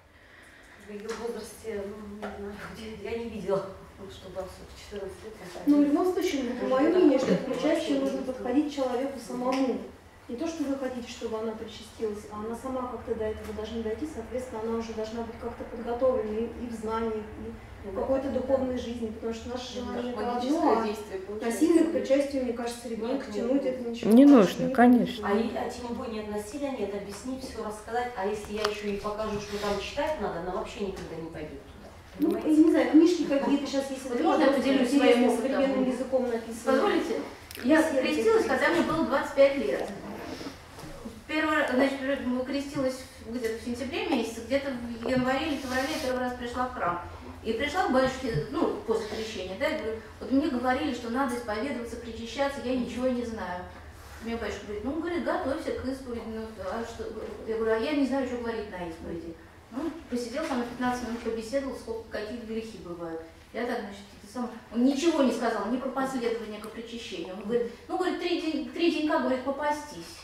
В ее возрасте, ну, не знаю, я не видела, чтобы в четырнадцать лет. Ну, в любом случае, мое мнение, что к причастию нужно подходить человеку самому. Не то, что вы хотите, чтобы она причастилась, а она сама как-то до этого должна дойти, соответственно, она уже должна быть как-то подготовлена и, и в знаниях, и в какой-то духовной жизни, потому что наше желание это одно, а насильно к причастию, мне кажется, ребенка тянуть это ничего. Не нужно, конечно. А, а тем более нет насилия, нет, объяснить, все рассказать, а если я еще и покажу, что там читать надо, она вообще никогда не пойдет туда. Ну, я не знаю, книжки какие-то сейчас есть. Вот можно я поделюсь своим опытом? Современным языком написано. Позволите? Я крестилась, когда мне было двадцать пять лет. Первый раз, значит, крестилась где-то в сентябре месяце, где-то в январе или феврале я первый раз пришла в храм. И пришла к батюшке, ну, после крещения, да, и говорю, вот мне говорили, что надо исповедоваться, причащаться, я ничего не знаю. Мне батюшка говорит, ну, говорит, готовься к исповеди, ну, а что? Я говорю, а я не знаю, что говорить на исповеди. Ну, посидел там на пятнадцать минут, побеседовал, сколько, какие грехи бывают. Я так, значит, это сам... Он ничего не сказал, ни про последование к причащению. Он говорит, ну, говорит, три, день, три денька, говорит, попастись.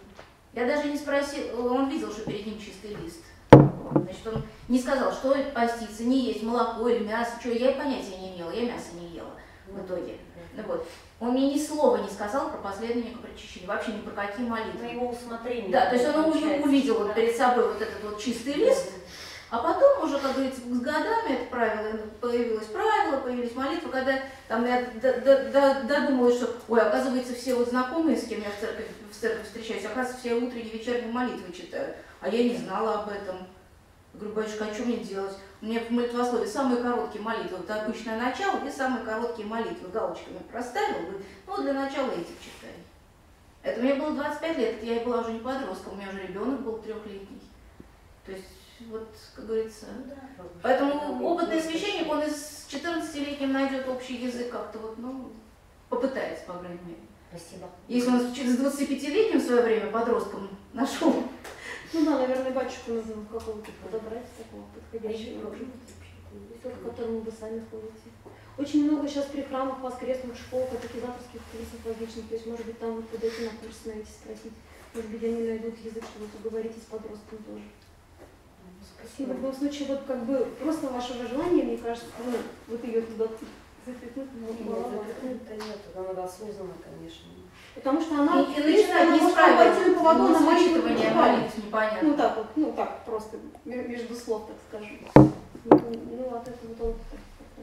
Я даже не спросил, он видел, что перед ним чистый лист. Значит, он не сказал, что поститься, не есть молоко или мясо, что я понятия не имела, я мясо не ела в итоге. Ну, вот. Он мне ни слова не сказал про последование к причащению, вообще ни про какие молитвы. На его усмотрение. Да, то есть он увидел вот перед собой вот этот вот чистый лист, а потом уже, как говорится, с годами это правило, появилось правило, появились молитвы, когда там я додумалась, что, ой, оказывается, все вот знакомые, с кем я в церковь, в церковь встречаюсь, оказывается, все утренние вечерние молитвы читают, а я не знала об этом. Я говорю, батюшка, а что мне делать? У меня в молитвословии самые короткие молитвы, вот обычное начало и самые короткие молитвы, галочками проставила, говорю, ну для начала этих читай. Это мне было двадцать пять лет, я была уже не подростком, у меня уже ребенок был трехлетний. То есть, вот, как говорится, ну, да, поэтому опытный священник, он и с четырнадцатилетним найдет общий язык как-то вот, ну, попытается, по крайней мере. Спасибо. Если он с двадцатипятилетним в свое время подростком нашел. Ну да, наверное, батюшку нужно какого-то подобрать, такого подходящего, тот, к которому вы сами ходите. Очень много сейчас при храмах воскресных школ, катехизаторских курсов логичных, то есть, может быть, там вот подойти на курс, найти, спросить, может быть, они найдут язык, чтобы поговорить с подростком тоже. Спасибо. В любом случае, вот как бы просто вашего желания, мне кажется, ну, вот ее туда запихнуть, ну, это нет, она надо осознанно, конечно. Потому что она, и, и начинает не справиться, пойти на поводу, на молитву непонятно. Ну так вот, ну так, просто между слов, так скажем. Ну, ну от этого толку как-то.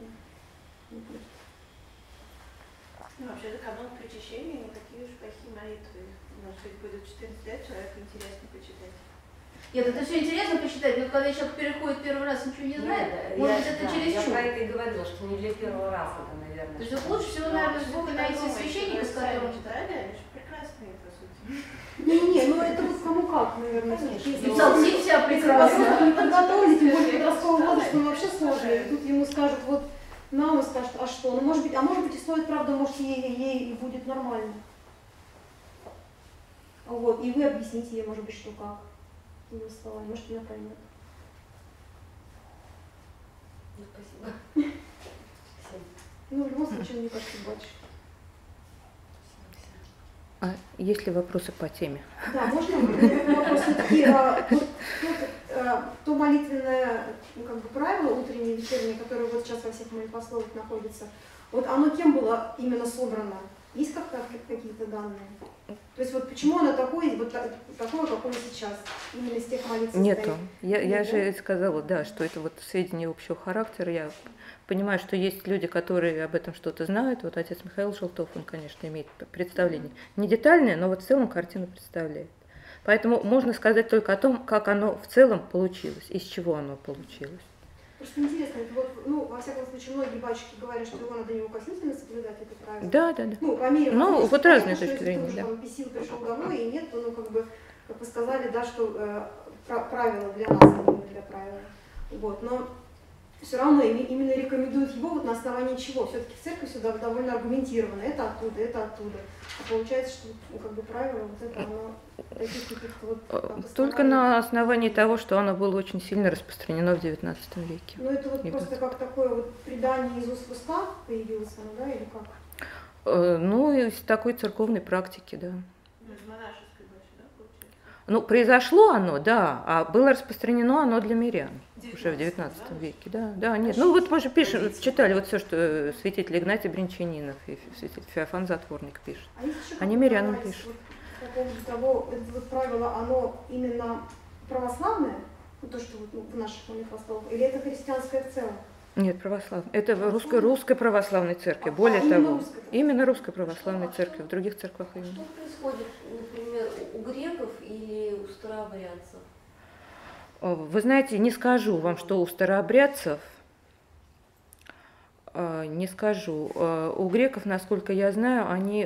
Ну, вообще-то канон причащения не такие уж плохие молитвы. Может быть, будет четырнадцать лет, человеку интересно почитать. Нет, это все интересно почитать, но когда человек переходит первый раз, ничего не знает, Нет, может я, быть, это да, чересчур. Я про это и говорила, что не для первого раза, это, наверное. То есть вот лучше всего, наверное, звука найти священника, с которым... читали, они же прекрасные, по сути. Не-не, ну это вот кому как, наверное. И псалтирь вся прекрасна. Подросток не подготовили, тем более подростковый возраст, он вообще сложный. И тут ему скажут, вот, нам скажут, а что? Ну, может быть, а может быть и стоит, правда, может, ей, ей и будет нормально. Вот, и вы объясните ей, может быть, что как. Ее слова, может, она поймет. Ну, спасибо. Ну, в любом случае, мне кажется, больше. А есть ли вопросы по теме? Да, можно вопрос все-таки, а, вот, а, то молитвенное, ну, как бы правило утреннее и вечернее, которое вот сейчас во всех молитвословах находится, вот оно кем было именно собрано? Есть как-то какие-то данные? То есть вот почему оно такое, вот такое, какое сейчас, именно из тех молитв? Нету. Я, я Нет, же да? сказала, да, что это вот сведения общего характера. Я понимаю, что есть люди, которые об этом что-то знают. Вот отец Михаил Желтов, он, конечно, имеет представление. Не детальное, но вот в целом картину представляет. Поэтому можно сказать только о том, как оно в целом получилось, из чего оно получилось. Просто интересно, это вот, ну, во всяком случае, многие батюшки говорят, что его надо неукоснительно соблюдать, это правильно. Да, да, да. Ну, по мере Ну, возможности, вот разные что точки если зрения, ты да. уже там бесил, пришел домой, и нет, то, ну, как бы, как вы сказали, да, что э, правила для нас, а не для правила. Вот, но все равно именно рекомендуют его вот на основании чего? Все-таки в церкви сюда довольно аргументировано, это оттуда, это оттуда. А получается, что, ну, как бы правило, вот это оно таких каких-то вот... Только на основании того, что оно было очень сильно распространено в девятнадцатом веке. Ну, это вот просто как такое вот предание из уст в уста появилось, да, или как? Ну, из такой церковной практики, да. Ну, из монашеской больше, да, получается? Ну, произошло оно, да, а было распространено оно для мирян уже в девятнадцатом веке, да, да, нет. Ну, вот мы же пишем, читали вот все, что святитель Игнатий Брянчанинов и святитель Феофан Затворник пишет. А есть еще Они мирянам пишут. Вот, по поводу того, это вот правило, оно именно православное, ну, то, что вот, ну, в наших молитвословах, или это христианское в целом? Нет, православное. Это в русской, русской православной церкви. А, Более а именно того, русской? именно русской православной церкви, в других церквях Что именно. происходит, например, у греков или у старообрядцев? Вы знаете, не скажу вам, что у старообрядцев, не скажу. У греков, насколько я знаю, они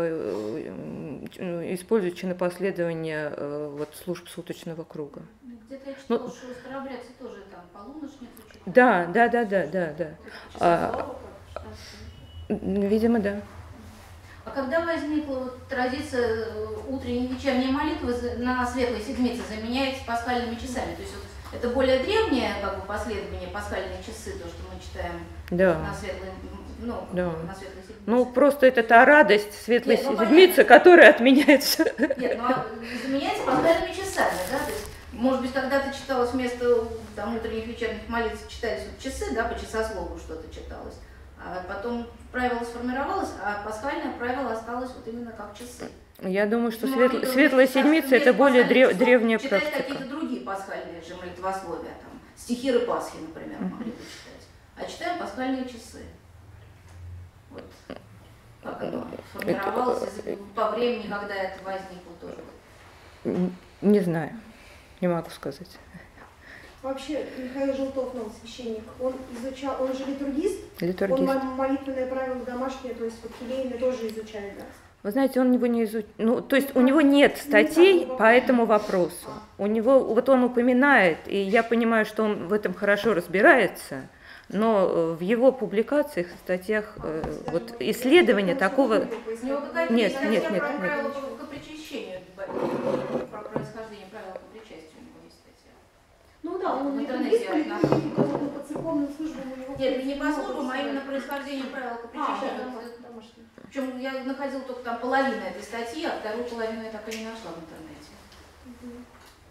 используют чинопоследование вот, служб суточного круга. Где-то я читала, Ну, что старообрядцы тоже там полуночницу читают. Да, да, да, да, да, да. А, видимо, да. А когда возникла вот традиция утренней и вечерней молитвы на Светлой Седмице заменяется пасхальными часами? То есть вот это более древнее как бы, последование, пасхальные часы, то, что мы читаем Да. на Светлой, ну, Да. на Светлой Седмице. Ну, просто это та радость Светлой Нет, ну, Седмицы, которая отменяет все. Нет, ну а заменяется пасхальными часами, да? То есть, может быть, когда-то читалось вместо там, утренних вечерних молитв, читались вот часы, да, по часослову что-то читалось. А потом правило сформировалось, а пасхальное правило осталось вот именно как часы. Я думаю, что Ну, свет... могли бы Светлая сейчас Седмица – вместо это более пасхальных древ... часов древняя читать практика. какие-то другие пасхальные же молитвословия, там, стихиры Пасхи, например, Мгм. могли бы читать. А читаем пасхальные часы. Вот как оно формировалось и по времени, когда это возникло тоже. Н- Не знаю, не могу сказать. Вообще, Михаил Желтов, ну, священник, он изучал, он же литургист, Литургист. он мо- молитвенное правило домашнее, то есть вот келейное тоже изучает, да? Вы знаете, он его не изучил. Ну, то есть у него нет статей по этому вопросу. У него, вот он упоминает, и я понимаю, что он в этом хорошо разбирается, но э, в его публикациях, статьях, э, вот исследования такого... У него какая-то Нет, есть нет, статья нет, про нет. правила по причащению, про происхождение правил по причастию у него есть статья. Ну да, он В литургист, интернете по одна. литургии, но по церковным службам у него... Нет, не по много службам, а всего. именно происхождение правил по А, причащению. да, дома- домашнее. Причем я находила только там половину этой статьи, а вторую половину я так и не нашла в интернете. Мгм.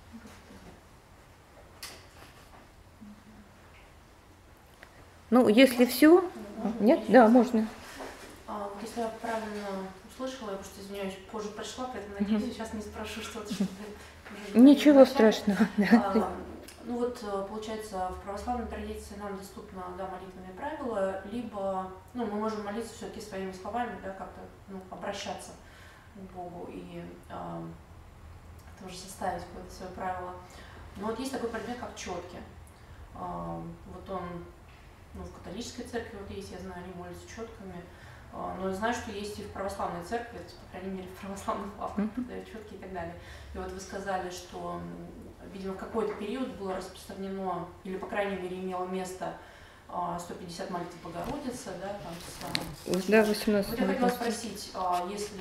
Ну, если все... Нет? Да, можно. А, вот если я правильно услышала, я просто извиняюсь, позже пришла, поэтому надеюсь, сейчас не спрошу что-то, что ты уже Ничего вначале. страшного. А, ну вот, получается, в православной традиции нам доступно, да, молитвенные правила, либо, ну, мы можем молиться все-таки своими словами, да, как-то, ну, обращаться к Богу и а, тоже составить какое-то свое правило. Но вот есть такой предмет, как четки. А, вот он, ну, в католической церкви вот есть, я знаю, они молятся четками. Но я знаю, что есть и в православной церкви, по крайней мере, в православных лавках продают четки и так далее. И вот вы сказали, что, видимо, в какой-то период было распространено, или, по крайней мере, имело место сто пятьдесят молитв Богородицы, да, там с... Да, восемнадцать. Вот я хотела спросить, если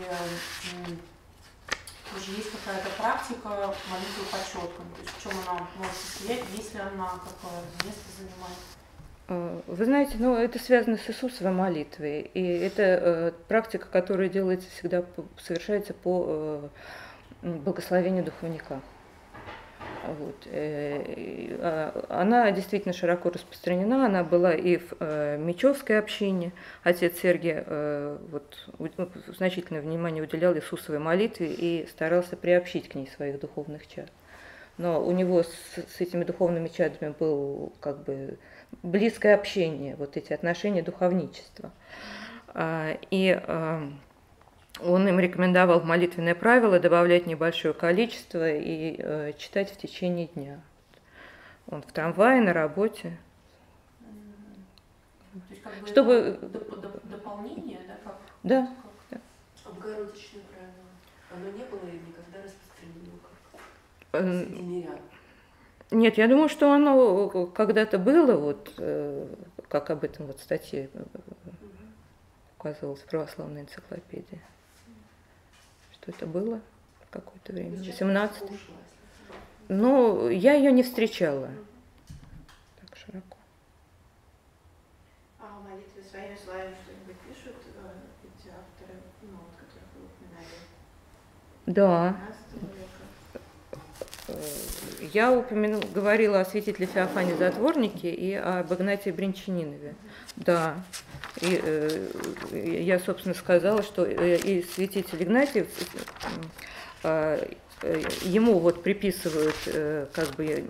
уже есть какая-то практика молитвы по четкам, то есть в чем она может состоять, если она какое место занимает? Вы знаете, ну, это связано с Иисусовой молитвой, и это э, практика, которая делается всегда, совершается по э, благословению духовника. Вот. Она действительно широко распространена, она была и в э, Мечевской общине. Отец Сергий э, вот, значительное внимание уделял Иисусовой молитве и старался приобщить к ней своих духовных чад. Но у него с, с этими духовными чадами было как бы близкое общение, вот эти отношения духовничества. И он им рекомендовал в молитвенное правило добавлять небольшое количество и э, читать в течение дня. Он в трамвае, на работе. То есть, как бы чтобы... доп- доп- дополнение, да? Как, да. Как... да. Обгородочное правило. Оно не было и никогда распространено как среди мирян. Нет, я думаю, что оно когда-то было, вот, э, как об этом вот в статье указывалось в православной энциклопедии. Что это было в какое-то время, восемнадцатое. Но я ее не встречала так широко. А в молитве своими словами что-нибудь пишут эти авторы, ну, вот, которых вы упоминали? Да. Я упомянула, говорила о святителе Феофане Затворнике и об Игнатии Бринчанинове. Да. И э, я, собственно, сказала, что и святитель Игнатий, э, э, ему вот приписывают, э, как бы,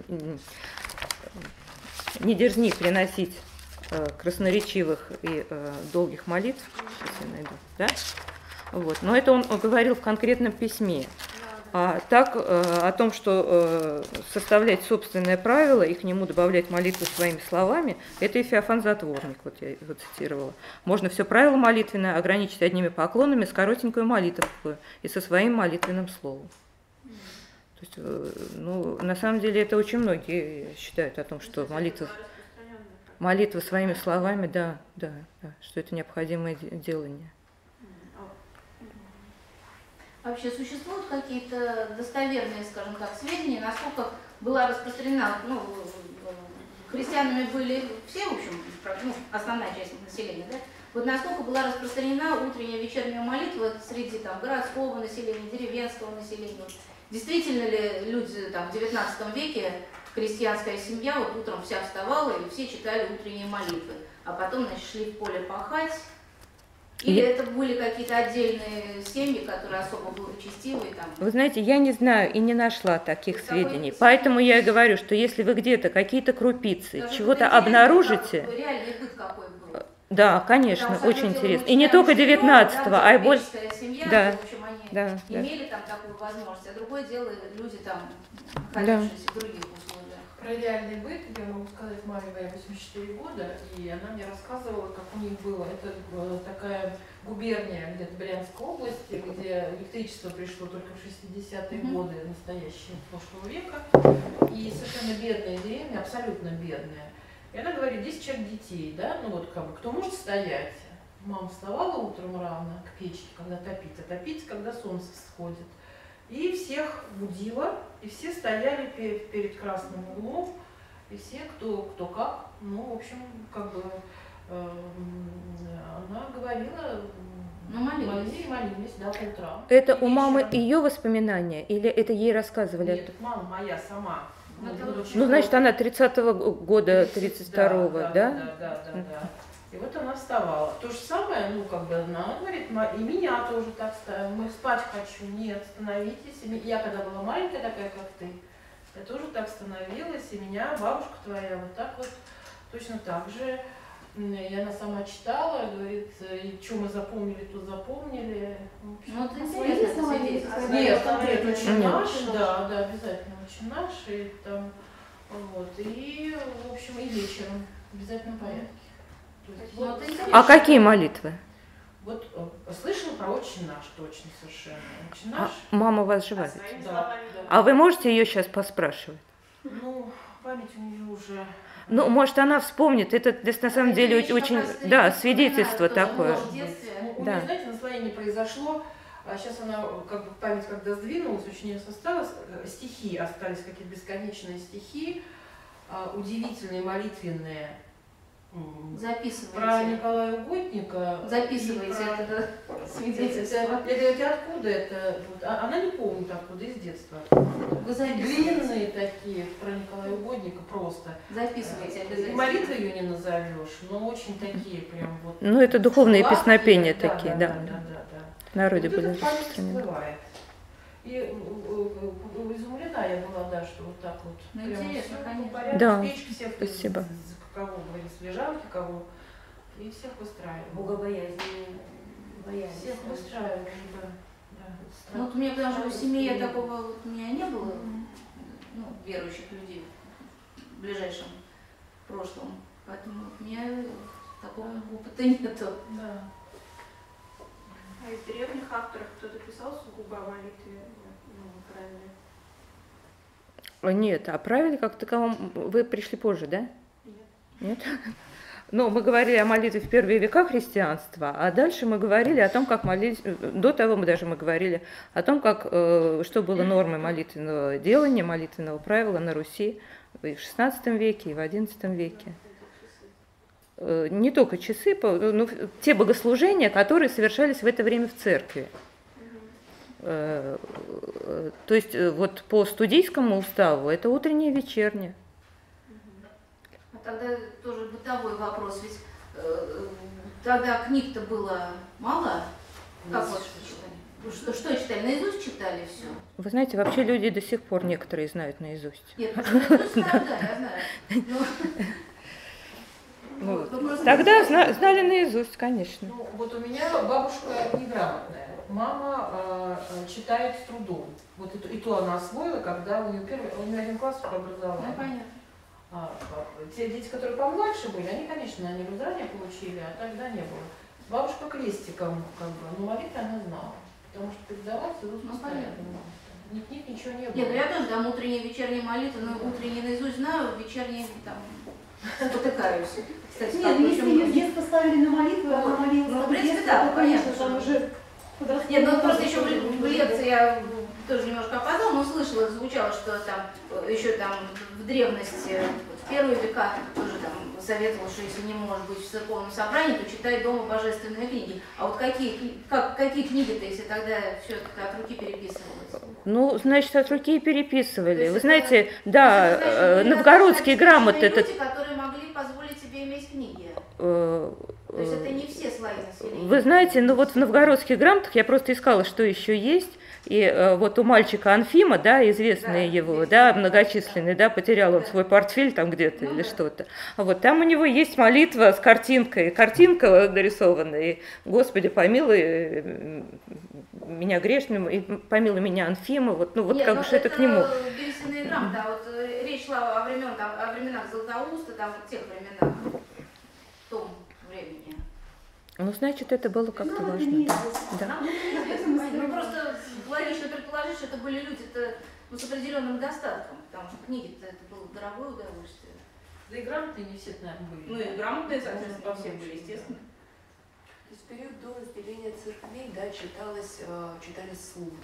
не дерзни приносить э, красноречивых и э, долгих молитв. Сейчас я найду, да? Вот. Но это он говорил в конкретном письме. А так, о том, что составлять собственное правило и к нему добавлять молитву своими словами, это и Феофан Затворник, вот я его цитировала. Можно все правило молитвенное ограничить одними поклонами с коротенькую молитву и со своим молитвенным словом. То есть, ну, на самом деле это очень многие считают о том, что молитва, молитва своими словами, да, да, да, что это необходимое делание. Вообще существуют какие-то достоверные, скажем так, сведения, насколько была распространена, ну, христианами были все, в общем, ну, основная часть населения, да? Вот насколько была распространена утренняя вечерняя молитва среди там городского населения, деревенского населения? Действительно ли люди там в девятнадцатом веке, крестьянская семья, вот утром вся вставала и все читали утренние молитвы, а потом, значит, шли в поле пахать? Или я... это были какие-то отдельные семьи, которые особо благочестивые? Там? Вы знаете, я не знаю и не нашла таких и сведений. Поэтому я и говорю, что если вы где-то какие-то крупицы, даже чего-то обнаружите... Как, реальный быт какой был. Да, конечно, очень интересно. И не только девятнадцатого, да, а и больше... семья, да, в общем, они да, имели да. там такую возможность, а другое дело люди там, находившиеся да. в других условиях. Про реальный быт я могу сказать, маме моей восемьдесят четыре года, и она мне рассказывала, как у них было. Это такая губерния где-то Брянской области, где электричество пришло только в шестидесятые mm-hmm. годы настоящие прошлого века, и совершенно бедная деревня, абсолютно бедная. И она говорит, десять человек детей, да, ну вот как бы, кто может стоять? Мама вставала утром рано к печке, когда топить, а топить, когда солнце всходит. И всех будила, и все стояли перед, перед красным углом, и все, кто, кто как, ну, в общем, как бы, э, она говорила, ну, молились. молились, молились, да, по утрам. Это у мамы ее воспоминания, или это ей рассказывали? Нет, мама моя сама. Ну, ну значит, она тридцатого года, тридцать второго, да? Да, да, да, да, да. И вот она вставала. То же самое, ну, как бы она говорит, и меня тоже так ставила. Мы спать хочу, нет, становитесь. Я когда была маленькая такая, как ты, я тоже так становилась, и меня бабушка твоя вот так вот, точно так же. И она сама читала, говорит, и что мы запомнили, то запомнили. Ну, это интересно свидетельство. Нет, нет, очень наш, да, да, обязательно очень наш, и там, вот, и, в общем, и вечером обязательно порядке. Есть, вот, вот, а какие молитвы? Вот слышала про «Отче наш» точно совершенно. «Отче наш». А мама вас жива? А, да, да. А вы можете ее сейчас поспрашивать? Ну, память у нее уже... Ну, может, она вспомнит. Это, это на самом деле очень, да, свидетельство такое. У да. нее, знаете, наслоение произошло. Сейчас она, как бы, память когда сдвинулась, очень осталось, стихи остались, какие-то бесконечные стихи, удивительные, молитвенные. Записывайте. Про Николая Угодника. Записывайте про... это свидетельство. Я говорю, откуда это? Вот, а, она не помнит откуда, из детства. Вы записываете. Длинные такие про Николая Угодника просто. Записывайте обязательно. И молитвы ее не назовешь, но очень такие прям вот. Ну, это духовные сладкие, песнопения да, такие, да. да. да, да, да, да. В народе вот были этот память распространены. всплывает. И изумлена я была, да, что вот так вот. Ну, прям интересно, всё конечно. по порядку, Да, печки всех, спасибо. из- из- кого говорит, с лежанки, кого, и всех выстраивали. Богобоязнь, боязнь. Всех выстраивали, да. да. Ну, вот у меня, потому что в семье такого вот у меня не было, ну, верующих людей в ближайшем прошлом. Поэтому у меня такого опыта нету. Да. А из древних авторов кто-то писал сугубо о молитве, ну, правильно? Нет, о правиле как таковом вы пришли позже, да? Нет. Нет? Ну, мы говорили о молитве в первые века христианства, а дальше мы говорили о том, как молились, до того мы даже мы говорили о том, как, э, что было нормой молитвенного делания, молитвенного правила на Руси и в шестнадцатом веке, и в одиннадцатом веке. Э, не только часы, по- ну, те богослужения, которые совершались в это время в церкви. Э, э, То есть э, вот по студийскому уставу это утреннее и вечернее. А тогда тоже бытовой вопрос, ведь э, тогда книг-то было мало. Как вот что, что читали? Наизусть читали все? Вы знаете, вообще люди до сих пор некоторые знают наизусть. Нет, ну, наизусть знаю, да, я знаю. Но- Ну, Ну, просто- тогда зна- знали наизусть, конечно. Ну, вот у меня бабушка неграмотная. Мама э, э, читает с трудом. Вот и, то- и то она освоила, когда у нее первый, у нее один класс по Ну, образованию. понятно. А, а, те дети, которые помладше были, они, конечно, они розария получили, а тогда не было. Бабушка крестиком, как бы, но молитвы она знала. Потому что передавать идут Ну, постоянно. понятно. Ни книг, ничего не было. Нет, ну я тоже там утренние, вечерние молитвы, но утренние наизусть знаю, вечерние там спотыкаюсь. Кстати, Нет, как, ну, если причем- ее с детства ставили на молитву, она молилась Ну, в там с принципе, детства, да, то, конечно, понятно, там что- уже подростковый Нет, ну вот просто возраст еще уже в, в был. лекции я тоже немножко опоздала, но слышала, звучало, что там э, еще там в древности, вот в первые века тоже там советовал, что если не можешь быть в церковном собрании, то читай дома божественные книги. А вот какие, кни- как, какие книги-то, если тогда все это от руки переписывалось? Ну, значит, от руки и переписывали. То есть Вы это- знаете, То да, есть это, значит, э, были новгородские достаточно грамоты, люди, это... которые могли позволить себе иметь книги. э, То есть это э, не все слои населения. Вы знаете, ну вот в новгородских грамотах я просто искала, что еще есть. И э, вот у мальчика Анфима, да, известный Да, его, известный, да, да. многочисленный, да, потерял он Да. свой портфель там где-то Ну или да. что-то. А вот там у него есть молитва с картинкой, картинка нарисованная, и «Господи, помилуй э, меня грешным, и помилуй меня Анфима», вот, ну вот Нет, как ну бы что это к нему. Берестяные грамоты, а вот э, речь шла о, времен, там, о временах Златоуста, там, в тех временах, в том времени. Ну, значит, это было как-то Ну, это важно. не Да. известно. Да. Нам неизвестно, ну просто логично предположить, что это были люди-то ну, с определенным достатком, потому что книги-то это было дорогое удовольствие. Да и грамотные не все, наверное, были. Ну и грамотные, соответственно, по всем были, естественно. То есть в период до разделения церквей, да, читалось, э, читались службы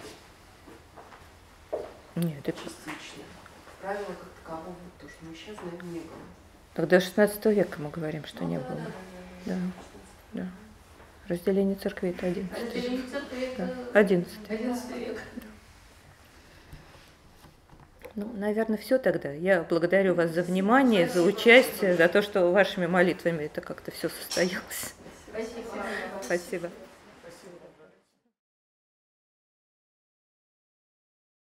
Нет, это... частично. Правила как такового, то, что мы сейчас знаем, не было. Тогда шестнадцатого века мы говорим, что Ну не да, было. да, Да, да, да. Разделение церкви это одиннадцатый. Разделение церкви Да. это Одиннадцатый. одиннадцатый век. Ну, наверное, все тогда. Я благодарю вас за внимание, за участие, за то, что вашими молитвами это как-то все состоялось. Спасибо. Спасибо.